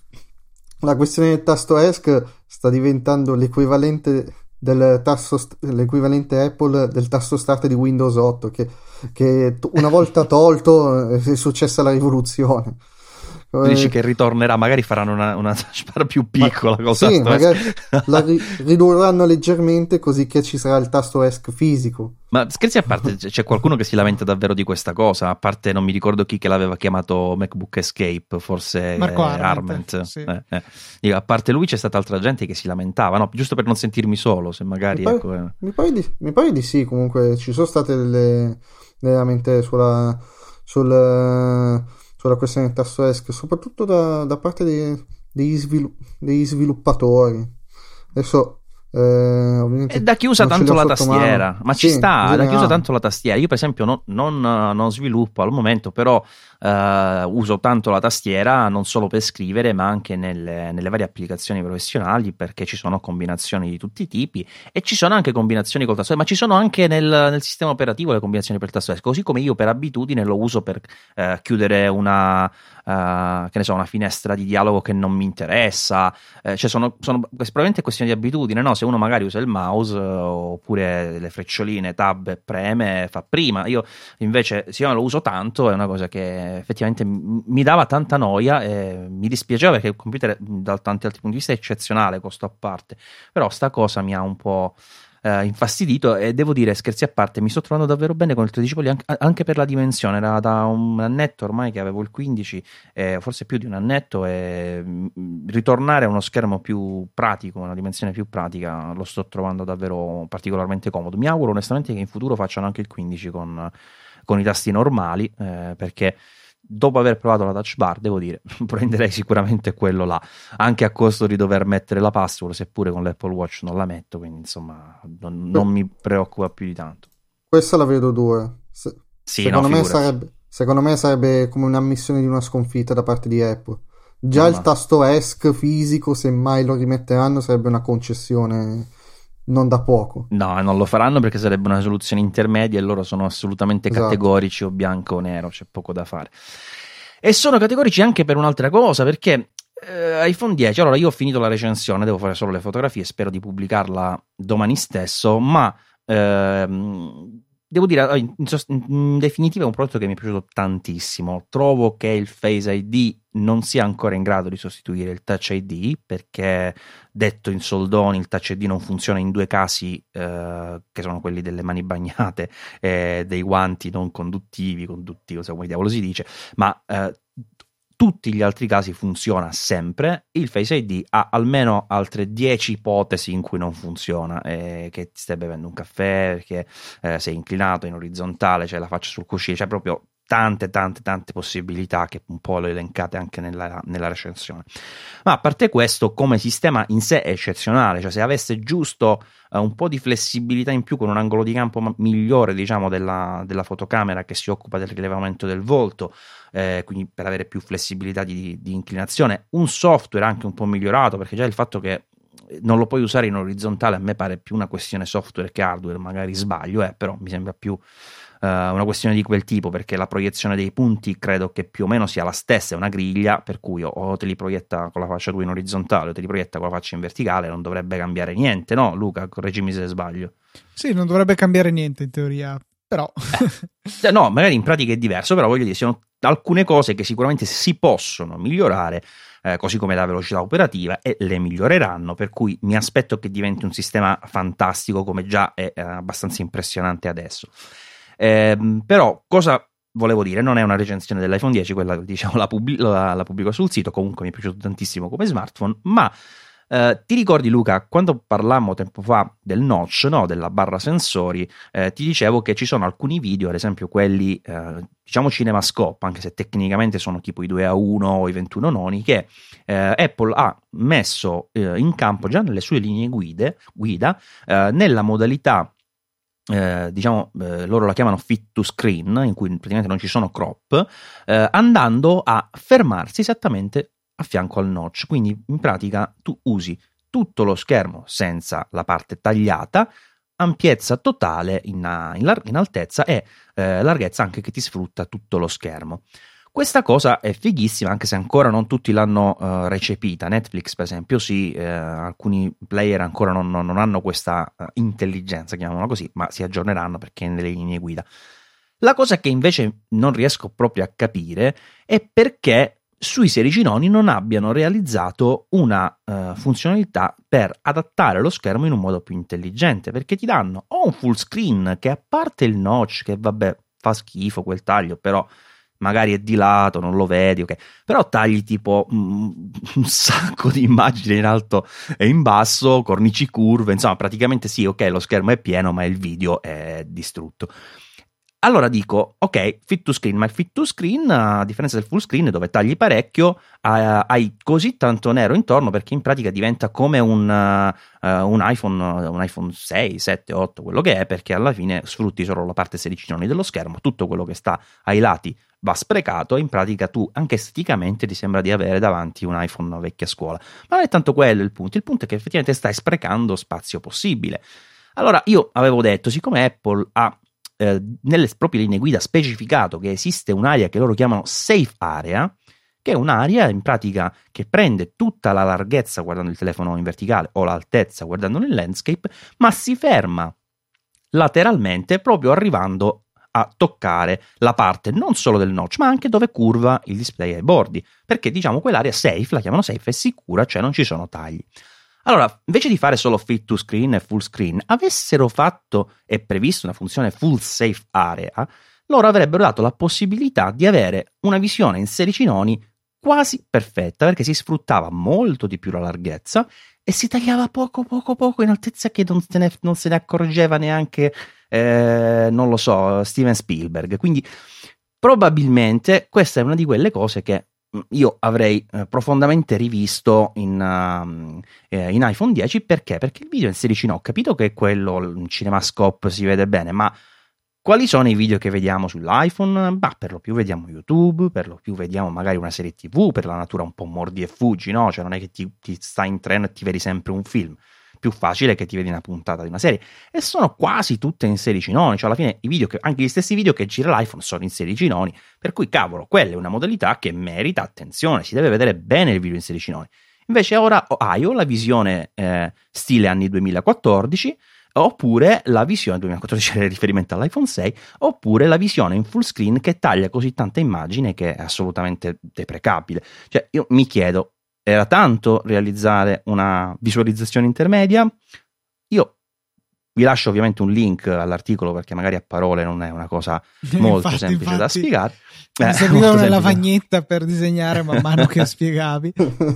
la questione del tasto ESC sta diventando l'equivalente l'equivalente Apple del tasto start di Windows 8, che una volta tolto è successa la rivoluzione. Dici che ritornerà, magari faranno una touchbar più piccola col sì, tasto magari ESC. la ridurranno leggermente, così che ci sarà il tasto ESC fisico. Ma scherzi a parte, c'è qualcuno che si lamenta davvero di questa cosa? A parte, non mi ricordo chi che l'aveva chiamato MacBook Escape, forse Marco Arment. Sì. A parte lui c'è stata altra gente che si lamentava, no? Giusto per non sentirmi solo, se magari... Mi pare di sì, comunque ci sono state delle lamentele sulla questione del tasto ESC, soprattutto da parte degli sviluppatori. Adesso ovviamente da chi usa tanto la tastiera, mano. Ma sì, ci sta, da chi usa tanto la tastiera. Io per esempio non sviluppo al momento, però uso tanto la tastiera non solo per scrivere, ma anche nelle varie applicazioni professionali, perché ci sono combinazioni di tutti i tipi e ci sono anche combinazioni col tasto, ma ci sono anche nel sistema operativo le combinazioni per tasto, così come io per abitudine lo uso per chiudere una finestra di dialogo che non mi interessa, cioè sono probabilmente questioni di abitudine, no? Se uno magari usa il mouse oppure le freccioline, tab e preme, fa prima. Io invece, siccome lo uso tanto, è una cosa che effettivamente mi dava tanta noia e mi dispiaceva, perché il computer da tanti altri punti di vista è eccezionale, costo a parte, però sta cosa mi ha un po' infastidito, e devo dire, scherzi a parte, mi sto trovando davvero bene con il 13 pollici, anche per la dimensione. Era da un annetto ormai che avevo il 15, forse più di un annetto, e ritornare a uno schermo più pratico, una dimensione più pratica, lo sto trovando davvero particolarmente comodo. Mi auguro onestamente che in futuro facciano anche il 15 con i tasti normali, perché dopo aver provato la touch bar, devo dire, prenderei sicuramente quello là, anche a costo di dover mettere la password, seppure con l'Apple Watch non la metto, quindi insomma non mi preoccupa più di tanto. Questa la vedo dura. Secondo me sarebbe come un'ammissione di una sconfitta da parte di Apple. Già il tasto ESC fisico, se mai lo rimetteranno, sarebbe una concessione non da poco. No, non lo faranno, perché sarebbe una soluzione intermedia e loro sono assolutamente categorici, o bianco o nero, c'è poco da fare. E sono categorici anche per un'altra cosa, perché iPhone 10, allora io ho finito la recensione, devo fare solo le fotografie, spero di pubblicarla domani stesso, ma devo dire, in definitiva è un prodotto che mi è piaciuto tantissimo. Trovo che il Face ID non sia ancora in grado di sostituire il Touch ID, perché detto in soldoni il Touch ID non funziona in due casi, che sono quelli delle mani bagnate e dei guanti non conduttivi, come diavolo si dice, ma tutti gli altri casi funziona sempre. Il Face ID ha almeno altre 10 ipotesi in cui non funziona, che ti stai bevendo un caffè, perché sei inclinato in orizzontale, c'è la faccia sul cuscino, c'è proprio tante possibilità che un po' le elencate anche nella recensione. Ma a parte questo, come sistema in sé è eccezionale, cioè se avesse giusto un po' di flessibilità in più con un angolo di campo migliore, diciamo, della fotocamera che si occupa del rilevamento del volto, quindi per avere più flessibilità di inclinazione, un software anche un po' migliorato, perché già il fatto che non lo puoi usare in orizzontale a me pare più una questione software che hardware, magari sbaglio, però mi sembra più una questione di quel tipo, perché la proiezione dei punti credo che più o meno sia la stessa, è una griglia, per cui o te li proietta con la faccia tua in orizzontale o te li proietta con la faccia in verticale, non dovrebbe cambiare niente, no Luca? Correggimi se sbaglio. Sì, non dovrebbe cambiare niente in teoria, però no, magari in pratica è diverso, però voglio dire, sono alcune cose che sicuramente si possono migliorare, così come la velocità operativa, e le miglioreranno, per cui mi aspetto che diventi un sistema fantastico, come già è abbastanza impressionante adesso. Però cosa volevo dire, non è una recensione dell'iPhone 10, quella diciamo la pubblico sul sito, comunque mi è piaciuto tantissimo come smartphone, ma ti ricordi Luca, quando parlammo tempo fa del notch, no, della barra sensori, ti dicevo che ci sono alcuni video, ad esempio quelli diciamo CinemaScope, anche se tecnicamente sono tipo i 2:1 o i 21 noni, che Apple ha messo in campo già nelle sue linee guida nella modalità loro la chiamano fit to screen, in cui praticamente non ci sono crop, andando a fermarsi esattamente a fianco al notch, quindi in pratica tu usi tutto lo schermo senza la parte tagliata, ampiezza totale in altezza e larghezza anche che ti sfrutta tutto lo schermo. Questa cosa è fighissima, anche se ancora non tutti l'hanno recepita. Netflix, per esempio, sì, alcuni player ancora non hanno questa intelligenza, chiamiamola così, ma si aggiorneranno perché è nelle linee guida. La cosa che invece non riesco proprio a capire è perché sui 16 noni non abbiano realizzato una funzionalità per adattare lo schermo in un modo più intelligente, perché ti danno o un full screen che, a parte il notch, che vabbè fa schifo quel taglio, però magari è di lato, non lo vedi, ok, però tagli tipo un sacco di immagini in alto e in basso, cornici curve, insomma praticamente sì, ok, lo schermo è pieno ma il video è distrutto. Allora dico, ok, fit to screen, ma il fit to screen, a differenza del full screen dove tagli parecchio, hai così tanto nero intorno, perché in pratica diventa come un iPhone 6, 7, 8, quello che è, perché alla fine sfrutti solo la parte 16 noni dello schermo, tutto quello che sta ai lati va sprecato, e in pratica tu anche esteticamente ti sembra di avere davanti un iPhone vecchia scuola. Ma non è tanto quello il punto è che effettivamente stai sprecando spazio possibile. Allora io avevo detto, siccome Apple ha nelle proprie linee guida specificato che esiste un'area che loro chiamano safe area, che è un'area in pratica che prende tutta la larghezza guardando il telefono in verticale o l'altezza guardando nel landscape, ma si ferma lateralmente proprio arrivando a toccare la parte non solo del notch ma anche dove curva il display ai bordi, perché diciamo quell'area safe, la chiamano safe, è sicura, cioè non ci sono tagli. Allora, invece di fare solo fit to screen e full screen, avessero fatto e previsto una funzione full safe area, loro avrebbero dato la possibilità di avere una visione in 16 noni quasi perfetta, perché si sfruttava molto di più la larghezza e si tagliava poco in altezza, che non se ne accorgeva neanche, non lo so, Steven Spielberg. Quindi probabilmente questa è una di quelle cose che io avrei profondamente rivisto in iPhone 10. Perché? Perché il video in 16 no, ho capito che quello in CinemaScope si vede bene, ma quali sono i video che vediamo sull'iPhone? Bah, per lo più vediamo YouTube, per lo più vediamo magari una serie TV, per la natura un po' mordi e fuggi, no? Cioè non è che ti stai in treno e ti vedi sempre un film, più facile che ti vedi una puntata di una serie, e sono quasi tutte in 16 noni, cioè alla fine i video anche gli stessi video che gira l'iPhone sono in 16 noni, per cui cavolo, quella è una modalità che merita attenzione, si deve vedere bene il video in 16 noni. Invece ora ho la visione stile anni 2014, oppure la visione 2014 era riferimento all'iPhone 6, oppure la visione in full screen che taglia così tanta immagine che è assolutamente deprecabile. Cioè io mi chiedo, era tanto realizzare una visualizzazione intermedia? Io vi lascio ovviamente un link all'articolo perché magari a parole non è una cosa molto semplice da spiegare. Mi serviva una lavagnetta per disegnare man mano che spiegavi.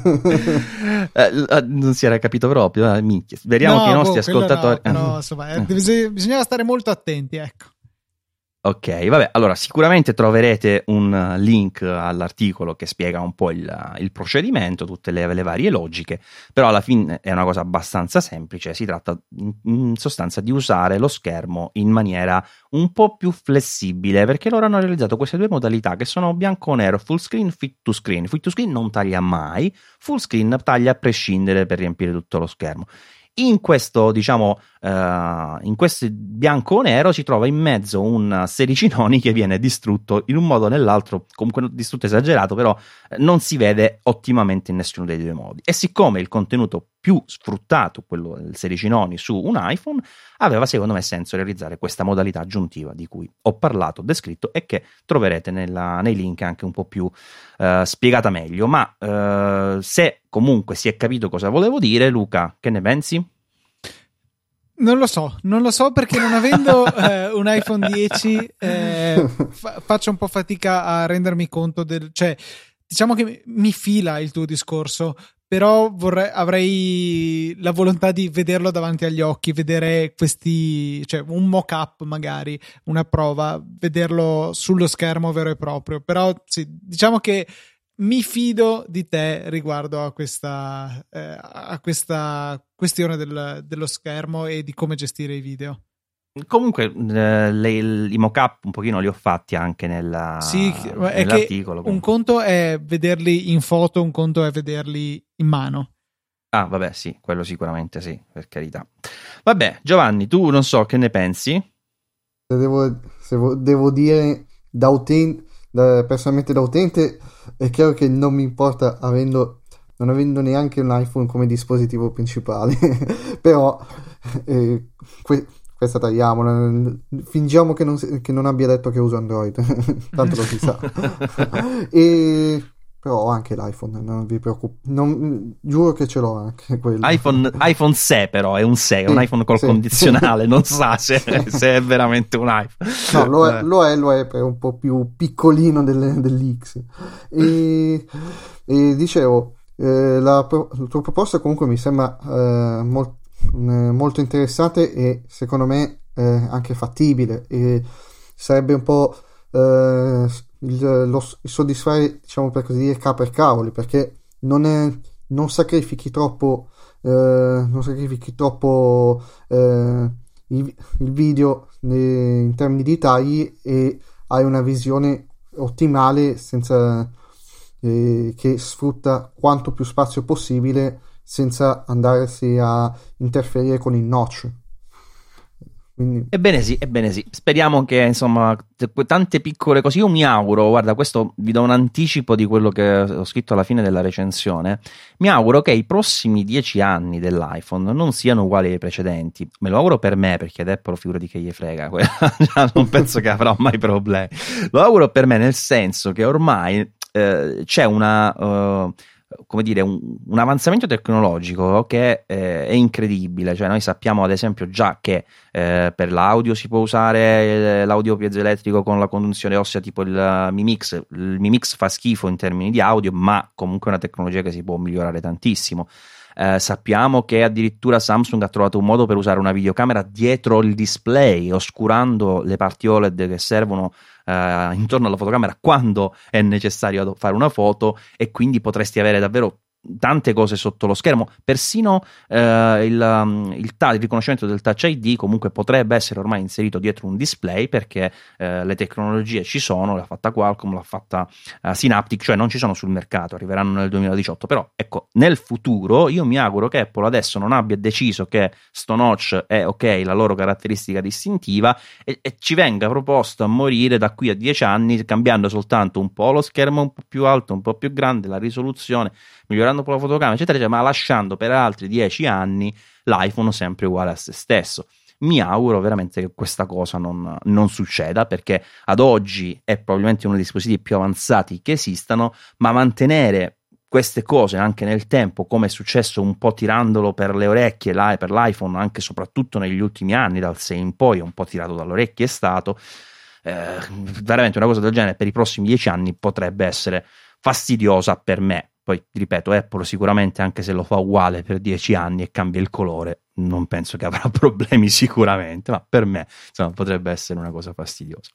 Non si era capito proprio. Minchia. Speriamo che i nostri ascoltatori... No, però, insomma, bisognava stare molto attenti, ecco. Ok, vabbè, allora sicuramente troverete un link all'articolo che spiega un po' il procedimento, tutte le varie logiche, però alla fine è una cosa abbastanza semplice, si tratta in sostanza di usare lo schermo in maniera un po' più flessibile, perché loro hanno realizzato queste due modalità che sono bianco o nero, full screen, fit to screen. Fit to screen non taglia mai, full screen taglia a prescindere per riempire tutto lo schermo. In questo, diciamo, in questo bianco o nero si trova in mezzo un sericinoni che viene distrutto in un modo o nell'altro, comunque distrutto esagerato, però non si vede ottimamente in nessuno dei due modi. E siccome il contenuto più sfruttato, quello del sericinoni su un iPhone, aveva secondo me senso realizzare questa modalità aggiuntiva di cui ho parlato, descritto e che troverete nei link anche un po' più spiegata meglio. Ma se comunque si è capito cosa volevo dire, Luca, che ne pensi? Non lo so perché non avendo un iPhone 10 faccio un po' fatica a rendermi conto cioè diciamo che mi fila il tuo discorso, però avrei la volontà di vederlo davanti agli occhi, vedere cioè un mock-up magari, una prova, vederlo sullo schermo vero e proprio, però sì, diciamo che mi fido di te riguardo a questa questione dello schermo e di come gestire i video. Comunque i mock-up un pochino li ho fatti anche nell'articolo. Un conto è vederli in foto, un conto è vederli in mano. Ah, vabbè, sì, quello sicuramente sì, per carità. Vabbè, Giovanni, tu non so che ne pensi? Devo dire personalmente da utente, è chiaro che non mi importa non avendo neanche un iPhone come dispositivo principale, però questa tagliamola, fingiamo che non abbia detto che uso Android, tanto lo si sa. Però ho anche l'iPhone, non vi preoccupate, giuro che ce l'ho anche quello. iPhone 6 però è un 6, è un iPhone col condizionale, non sa se è veramente un iPhone. No, lo è per un po' più piccolino dell'X. E dicevo, la tua proposta comunque mi sembra molto interessante e secondo me anche fattibile, e sarebbe un po' il soddisfare, diciamo per così dire, per cavoli, perché non sacrifichi troppo il video in termini di tagli e hai una visione ottimale senza che sfrutta quanto più spazio possibile senza andarsi a interferire con il notch. Quindi... Ebbene sì, speriamo che insomma tante piccole cose, io mi auguro, guarda, questo vi do un anticipo di quello che ho scritto alla fine della recensione, mi auguro che i prossimi 10 anni dell'iPhone non siano uguali ai precedenti. Me lo auguro per me, perché ad Apple figurati che gli frega, non penso che avrò mai problemi. Lo auguro per me nel senso che ormai c'è come dire, un avanzamento tecnologico che è incredibile. Cioè noi sappiamo ad esempio già che per l'audio si può usare l'audio piezoelettrico con la conduzione ossea tipo il Mi Mix. Il Mi Mix fa schifo in termini di audio, ma comunque è una tecnologia che si può migliorare tantissimo. Sappiamo che addirittura Samsung ha trovato un modo per usare una videocamera dietro il display, oscurando le parti OLED che servono intorno alla fotocamera quando è necessario fare una foto, e quindi potresti avere davvero tante cose sotto lo schermo. Persino il riconoscimento del Touch ID comunque potrebbe essere ormai inserito dietro un display, perché le tecnologie ci sono, l'ha fatta Qualcomm, l'ha fatta Synaptic, cioè non ci sono sul mercato, arriveranno nel 2018. Però ecco, nel futuro io mi auguro che Apple adesso non abbia deciso che sto notch è ok, la loro caratteristica distintiva, e ci venga proposto a morire da qui a 10 anni, cambiando soltanto un po' lo schermo, un po' più alto, un po' più grande, la risoluzione, migliorando un po' la fotocamera, eccetera, ma lasciando per altri 10 anni l'iPhone sempre uguale a se stesso. Mi auguro veramente che questa cosa non succeda, perché ad oggi è probabilmente uno dei dispositivi più avanzati che esistano, ma mantenere queste cose anche nel tempo, come è successo un po' tirandolo per le orecchie per l'iPhone, anche soprattutto negli ultimi anni, dal 6 in poi, un po' tirato dalle orecchie è stato, veramente una cosa del genere per i prossimi 10 anni potrebbe essere fastidiosa per me. Poi ripeto, Apple sicuramente, anche se lo fa uguale per 10 anni e cambia il colore, non penso che avrà problemi sicuramente, ma per me insomma, potrebbe essere una cosa fastidiosa.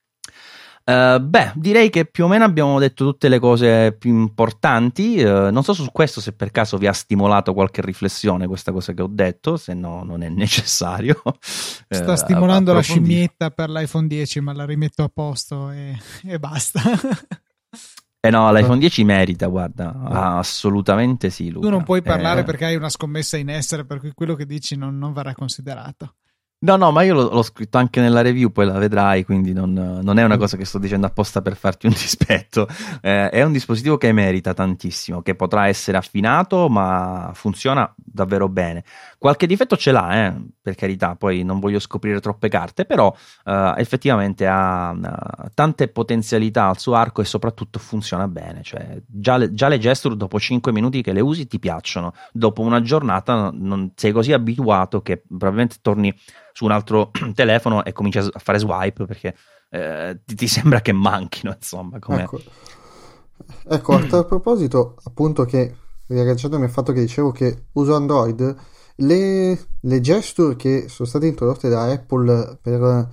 Direi che più o meno abbiamo detto tutte le cose più importanti. Non so su questo se per caso vi ha stimolato qualche riflessione questa cosa che ho detto, se no non è necessario. Sta stimolando la scimmietta per l'iPhone 10, ma la rimetto a posto e basta. No, l'iPhone 10 merita, guarda, assolutamente sì, Luca. Tu non puoi parlare perché hai una scommessa in essere, per cui quello che dici non verrà considerato. No, ma io l'ho scritto anche nella review, poi la vedrai, quindi non è una cosa che sto dicendo apposta per farti un dispetto. È un dispositivo che merita tantissimo, che potrà essere affinato, ma funziona davvero bene. Qualche difetto ce l'ha, per carità, poi non voglio scoprire troppe carte, però effettivamente ha tante potenzialità al suo arco e soprattutto funziona bene. Cioè, già le gesture dopo 5 minuti che le usi ti piacciono, dopo una giornata non sei così abituato che probabilmente torni su un altro telefono e cominci a fare swipe perché ti sembra che manchino, insomma. Ecco, a tal proposito, appunto, che riagganciandomi al fatto che dicevo che uso Android, le gesture che sono state introdotte da Apple per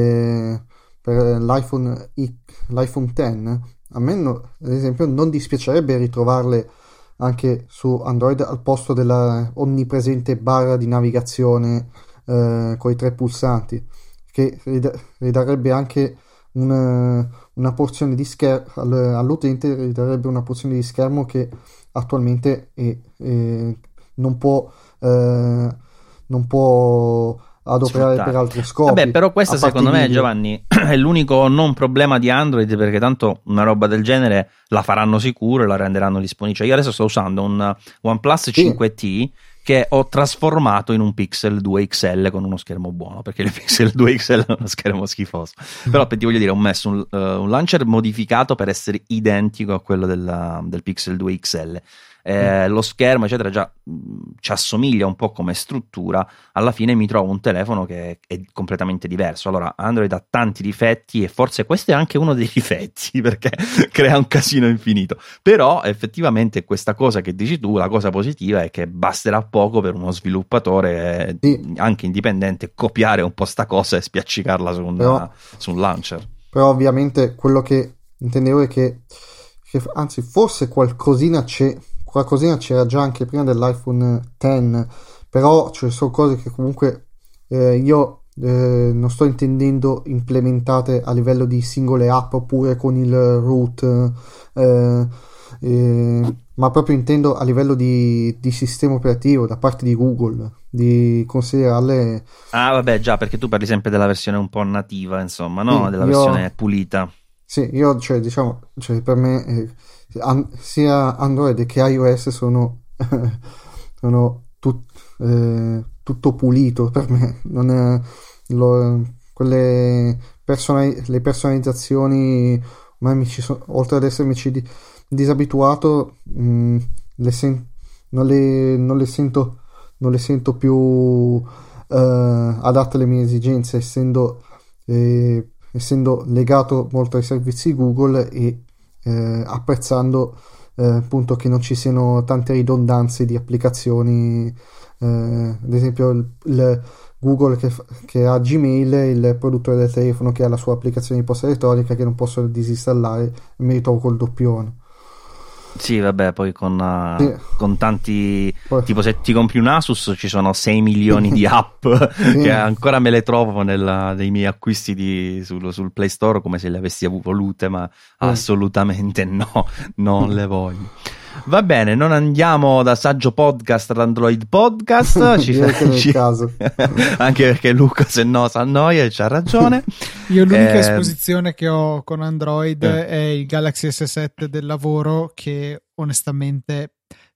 l'iPhone X, a me ad esempio non dispiacerebbe ritrovarle anche su Android al posto della onnipresente barra di navigazione con i 3 pulsanti, che ridarebbe anche una porzione di schermo all'utente, ridarebbe una porzione di schermo che attualmente non può adoperare sfruttare per altri scopi. Vabbè, però questo secondo me, Giovanni, è l'unico non problema di Android, perché tanto una roba del genere la faranno sicuro e la renderanno disponibile. Cioè, io adesso sto usando un OnePlus 5T che ho trasformato in un Pixel 2 XL con uno schermo buono, perché il Pixel 2 XL è uno schermo schifoso. Però ti voglio dire, ho messo un launcher modificato per essere identico a quello del Pixel 2 XL. Lo schermo eccetera già ci assomiglia un po' come struttura. Alla fine mi trovo un telefono che è completamente diverso. Allora, Android ha tanti difetti e forse questo è anche uno dei difetti, perché crea un casino infinito. Però effettivamente questa cosa che dici tu, la cosa positiva è che basterà poco per uno sviluppatore anche indipendente copiare un po' sta cosa e spiaccicarla su un launcher. Però ovviamente quello che intendevo è che anzi forse qualcosina c'era già anche prima dell'iPhone X, però ci sono cose che comunque io non sto intendendo implementate a livello di singole app oppure con il root, ma proprio intendo a livello di sistema operativo da parte di Google, di considerarle. Ah, vabbè, già, perché tu parli sempre della versione un po' nativa, insomma, no? Della versione pulita. Sì, io per me sia Android che iOS sono tutto pulito per me. Non è, le personalizzazioni ormai oltre ad essermici disabituato, non le sento più adatte alle mie esigenze, essendo legato molto ai servizi Google e apprezzando appunto che non ci siano tante ridondanze di applicazioni, ad esempio il Google che ha Gmail, il produttore del telefono che ha la sua applicazione di posta elettronica che non posso disinstallare e mi ritrovo col doppione. Sì, vabbè, poi con tanti tipo, se ti compri un Asus ci sono 6 milioni di app che ancora me le trovo nei miei acquisti sul Play Store come se le avessi volute, ma assolutamente no, non le voglio. Va bene, non andiamo da Saggio Podcast ad Android Podcast, caso. Anche perché Luca se no s'annoia e c'ha ragione. Io l'unica esposizione che ho con Android è il Galaxy S7 del lavoro, che onestamente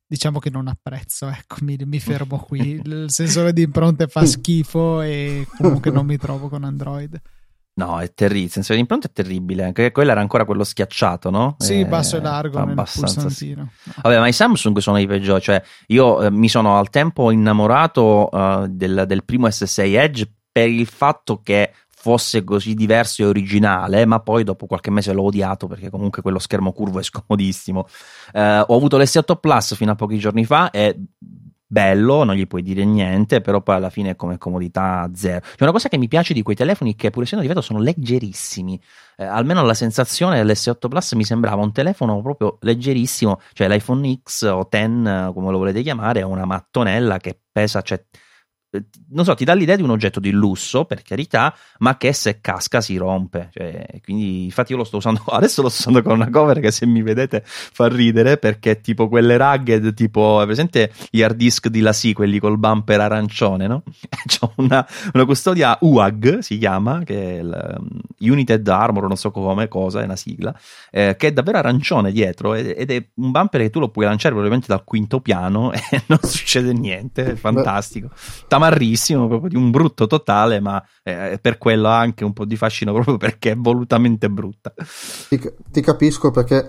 diciamo che non apprezzo, ecco, mi fermo qui. Il sensore di impronte fa schifo e comunque non mi trovo con Android. No, è terribile, il sensore di impronta è terribile, anche quello era ancora quello schiacciato, no? Sì, basso e largo nel abbastanza pulsantino. Vabbè, ma i Samsung sono i peggiori, cioè io mi sono al tempo innamorato del primo S6 Edge per il fatto che fosse così diverso e originale, ma poi dopo qualche mese l'ho odiato perché comunque quello schermo curvo è scomodissimo. Ho avuto l'S8 Plus fino a pochi giorni fa e bello, non gli puoi dire niente, però poi alla fine come comodità zero. C'è una cosa che mi piace di quei telefoni che pur essendo di vetro sono leggerissimi, almeno la sensazione dell'S8 Plus mi sembrava un telefono proprio leggerissimo, cioè l'iPhone X o X come lo volete chiamare, è una mattonella che pesa, cioè non so, ti dà l'idea di un oggetto di lusso, per carità, ma che se casca si rompe, cioè, quindi infatti io lo sto usando, adesso lo sto usando con una cover che se mi vedete fa ridere, perché tipo quelle rugged, tipo presente gli hard disk di Lasì, quelli col bumper arancione, no? C'ho una custodia UAG, si chiama, che è United Armor, non so come, cosa, è una sigla, che è davvero arancione dietro, ed è un bumper che tu lo puoi lanciare probabilmente dal quinto piano e non succede niente, è fantastico. Tamarrissimo, proprio di un brutto totale, ma per quello ha anche un po' di fascino proprio perché è volutamente brutta. Ti capisco, perché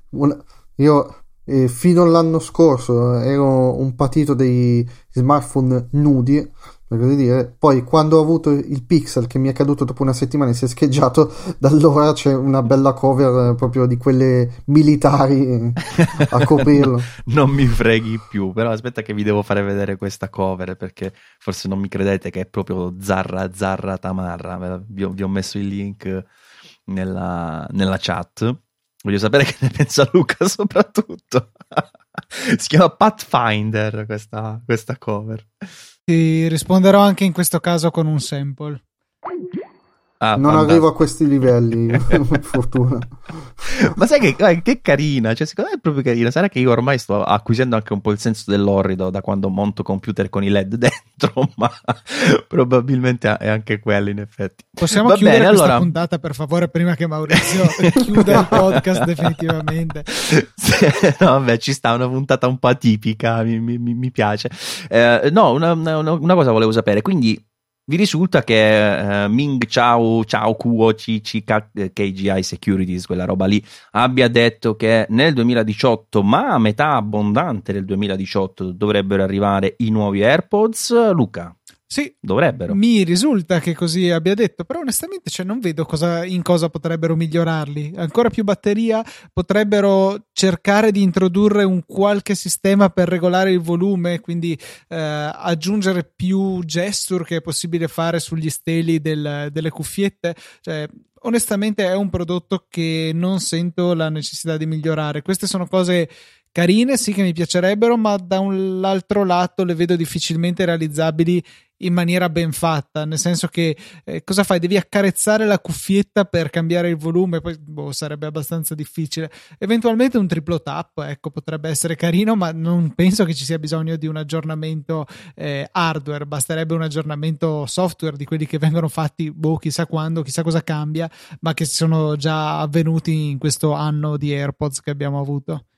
io fino all'anno scorso ero un patito dei smartphone nudi, per così dire. Poi quando ho avuto il Pixel, che mi è caduto dopo una settimana e si è scheggiato, da allora c'è una bella cover proprio di quelle militari a coprirlo. Non mi freghi più, però aspetta che vi devo fare vedere questa cover, perché forse non mi credete che è proprio Zarra Tamarra. Vi ho messo il link nella chat. Voglio sapere che ne pensa Luca soprattutto. Si chiama Pathfinder questa cover. Ti risponderò anche in questo caso con un sample. Non arrivo a questi livelli, per fortuna. Ma sai che carina, cioè secondo me è proprio carina. Sarà che io ormai sto acquisendo anche un po' il senso dell'orrido da quando monto computer con i LED dentro, ma probabilmente è anche quello in effetti. Possiamo chiudere questa puntata per favore prima che Maurizio chiuda il podcast definitivamente? No, vabbè, ci sta una puntata un po' atipica, mi piace. No, una cosa volevo sapere, quindi vi risulta che Ming Chao Kuo KGI Securities, quella roba lì, abbia detto che nel 2018, ma a metà abbondante del 2018, dovrebbero arrivare i nuovi AirPods? Luca? Sì, dovrebbero. Mi risulta che così abbia detto, però onestamente non vedo in cosa potrebbero migliorarli. Ancora più batteria, potrebbero cercare di introdurre un qualche sistema per regolare il volume, quindi aggiungere più gesture che è possibile fare sugli steli delle cuffiette. Cioè, onestamente è un prodotto che non sento la necessità di migliorare. Queste sono cose carine, sì, che mi piacerebbero, ma da un altro lato le vedo difficilmente realizzabili in maniera ben fatta, nel senso che cosa fai? Devi accarezzare la cuffietta per cambiare il volume, poi sarebbe abbastanza difficile. Eventualmente un triplo tap, ecco, potrebbe essere carino, ma non penso che ci sia bisogno di un aggiornamento hardware, basterebbe un aggiornamento software di quelli che vengono fatti chissà quando, chissà cosa cambia, ma che sono già avvenuti in questo anno di AirPods che abbiamo avuto.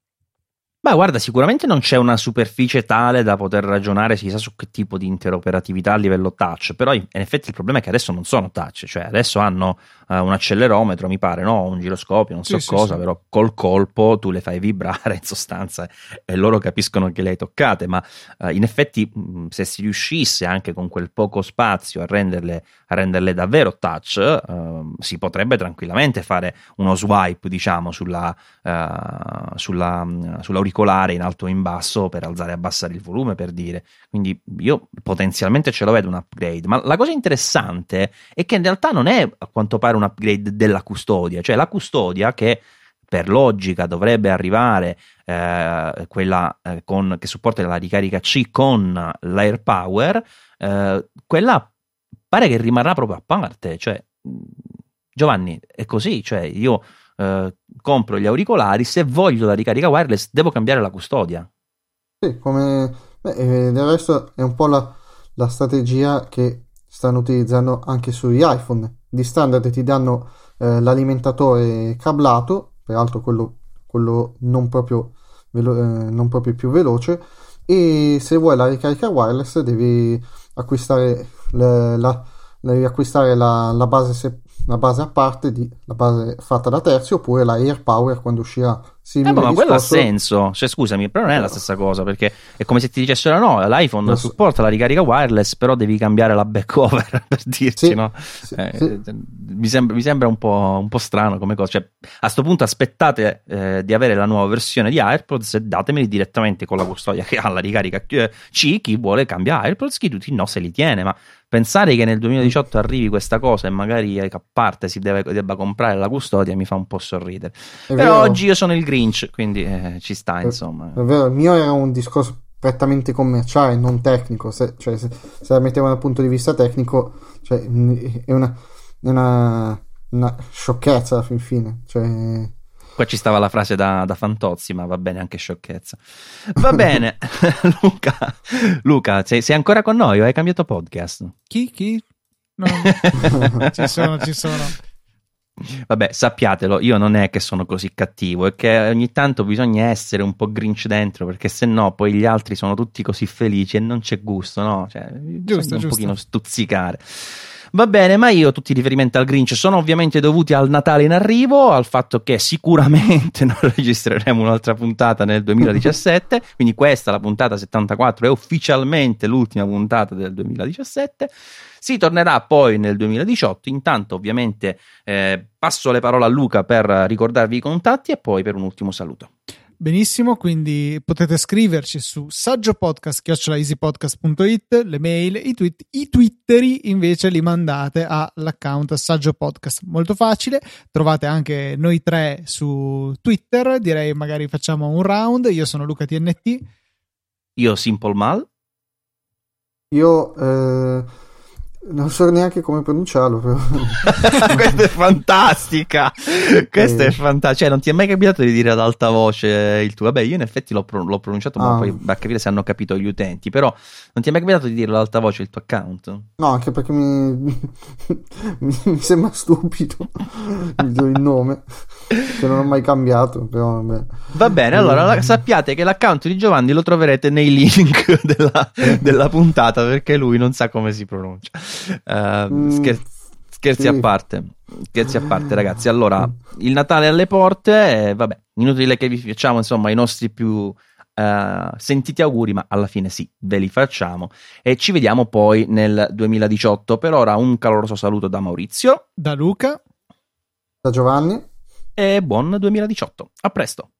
Beh, guarda, sicuramente non c'è una superficie tale da poter ragionare chissà su che tipo di interoperatività a livello touch, però in effetti il problema è che adesso non sono touch, cioè adesso hanno un accelerometro, mi pare, no? Un giroscopio, non so cosa, sì. Però col colpo tu le fai vibrare in sostanza e loro capiscono che le hai toccate, ma in effetti se si riuscisse anche con quel poco spazio a renderle davvero touch, si potrebbe tranquillamente fare uno swipe, diciamo, sull'auricolare in alto o in basso per alzare e abbassare il volume, per dire. Quindi io potenzialmente ce lo vedo un upgrade, ma la cosa interessante è che in realtà non è a quanto pare un upgrade della custodia, cioè la custodia che per logica dovrebbe arrivare quella che supporta la ricarica C con l'AirPower, quella pare che rimarrà proprio a parte, cioè Giovanni è così, cioè io compro gli auricolari, se voglio la ricarica wireless devo cambiare la custodia. Sì, del resto è un po' la strategia che stanno utilizzando anche sugli iPhone. Di standard ti danno l'alimentatore cablato, peraltro quello non proprio non proprio più veloce, e se vuoi la ricarica wireless devi acquistare devi acquistare la base la base a parte la base fatta da terzi, oppure la AirPower quando uscirà. Ma quello ha senso, cioè scusami, però non è la stessa cosa, perché è come se ti dicessero no, l'iPhone supporta la ricarica wireless, però devi cambiare la back cover, per dirci, sì, no? Sì. Mi sembra un po' strano come cosa, cioè a sto punto aspettate di avere la nuova versione di AirPods e datemeli direttamente con la custodia che ha la ricarica C. Chi vuole cambia AirPods, chi tutti no se li tiene, ma pensare che nel 2018 arrivi questa cosa e magari a parte si debba comprare la custodia mi fa un po' sorridere. Però oggi io sono il Grinch, quindi ci sta, insomma. È vero, il mio era un discorso prettamente commerciale, non tecnico. Se la mettevo dal punto di vista tecnico, cioè, è una sciocchezza alla fine. Cioè... Qua ci stava la frase da Fantozzi, ma va bene anche sciocchezza. Va bene, Luca, sei ancora con noi o hai cambiato podcast? Chi? No. ci sono. Vabbè, sappiatelo, io non è che sono così cattivo, è che ogni tanto bisogna essere un po' Grinch dentro, perché se no poi gli altri sono tutti così felici e non c'è gusto, no? Cioè, giusto. Pochino stuzzicare. Va bene, ma io tutti i riferimenti al Grinch sono ovviamente dovuti al Natale in arrivo, al fatto che sicuramente non registreremo un'altra puntata nel 2017, quindi questa, la puntata 74, è ufficialmente l'ultima puntata del 2017. Si tornerà poi nel 2018. Intanto ovviamente passo le parole a Luca per ricordarvi i contatti e poi per un ultimo saluto. Benissimo, quindi potete scriverci su saggiopodcast@easypodcast.it, le mail, i twitteri invece li mandate all'account Saggio Podcast, molto facile. Trovate anche noi tre su Twitter, direi magari facciamo un round. Io sono Luca TNT. Io Simple Mal. Io non so neanche come pronunciarlo, però. Questa è fantastica. Questa è fantastica. Cioè, non ti è mai capitato di dire ad alta voce il tuo? Vabbè, io in effetti l'ho pronunciato, ma poi va a capire se hanno capito gli utenti. Però non ti è mai capitato di dire ad alta voce il tuo account? No, anche perché mi sembra stupido il nome, che non ho mai cambiato. Però vabbè. Va bene, allora sappiate che l'account di Giovanni lo troverete nei link della puntata, perché lui non sa come si pronuncia. Scherzi a parte, ragazzi. Allora, il Natale è alle porte, vabbè, inutile che vi facciamo insomma i nostri più sentiti auguri, ma alla fine sì, ve li facciamo e ci vediamo poi nel 2018. Per ora un caloroso saluto da Maurizio, da Luca, da Giovanni e buon 2018. A presto.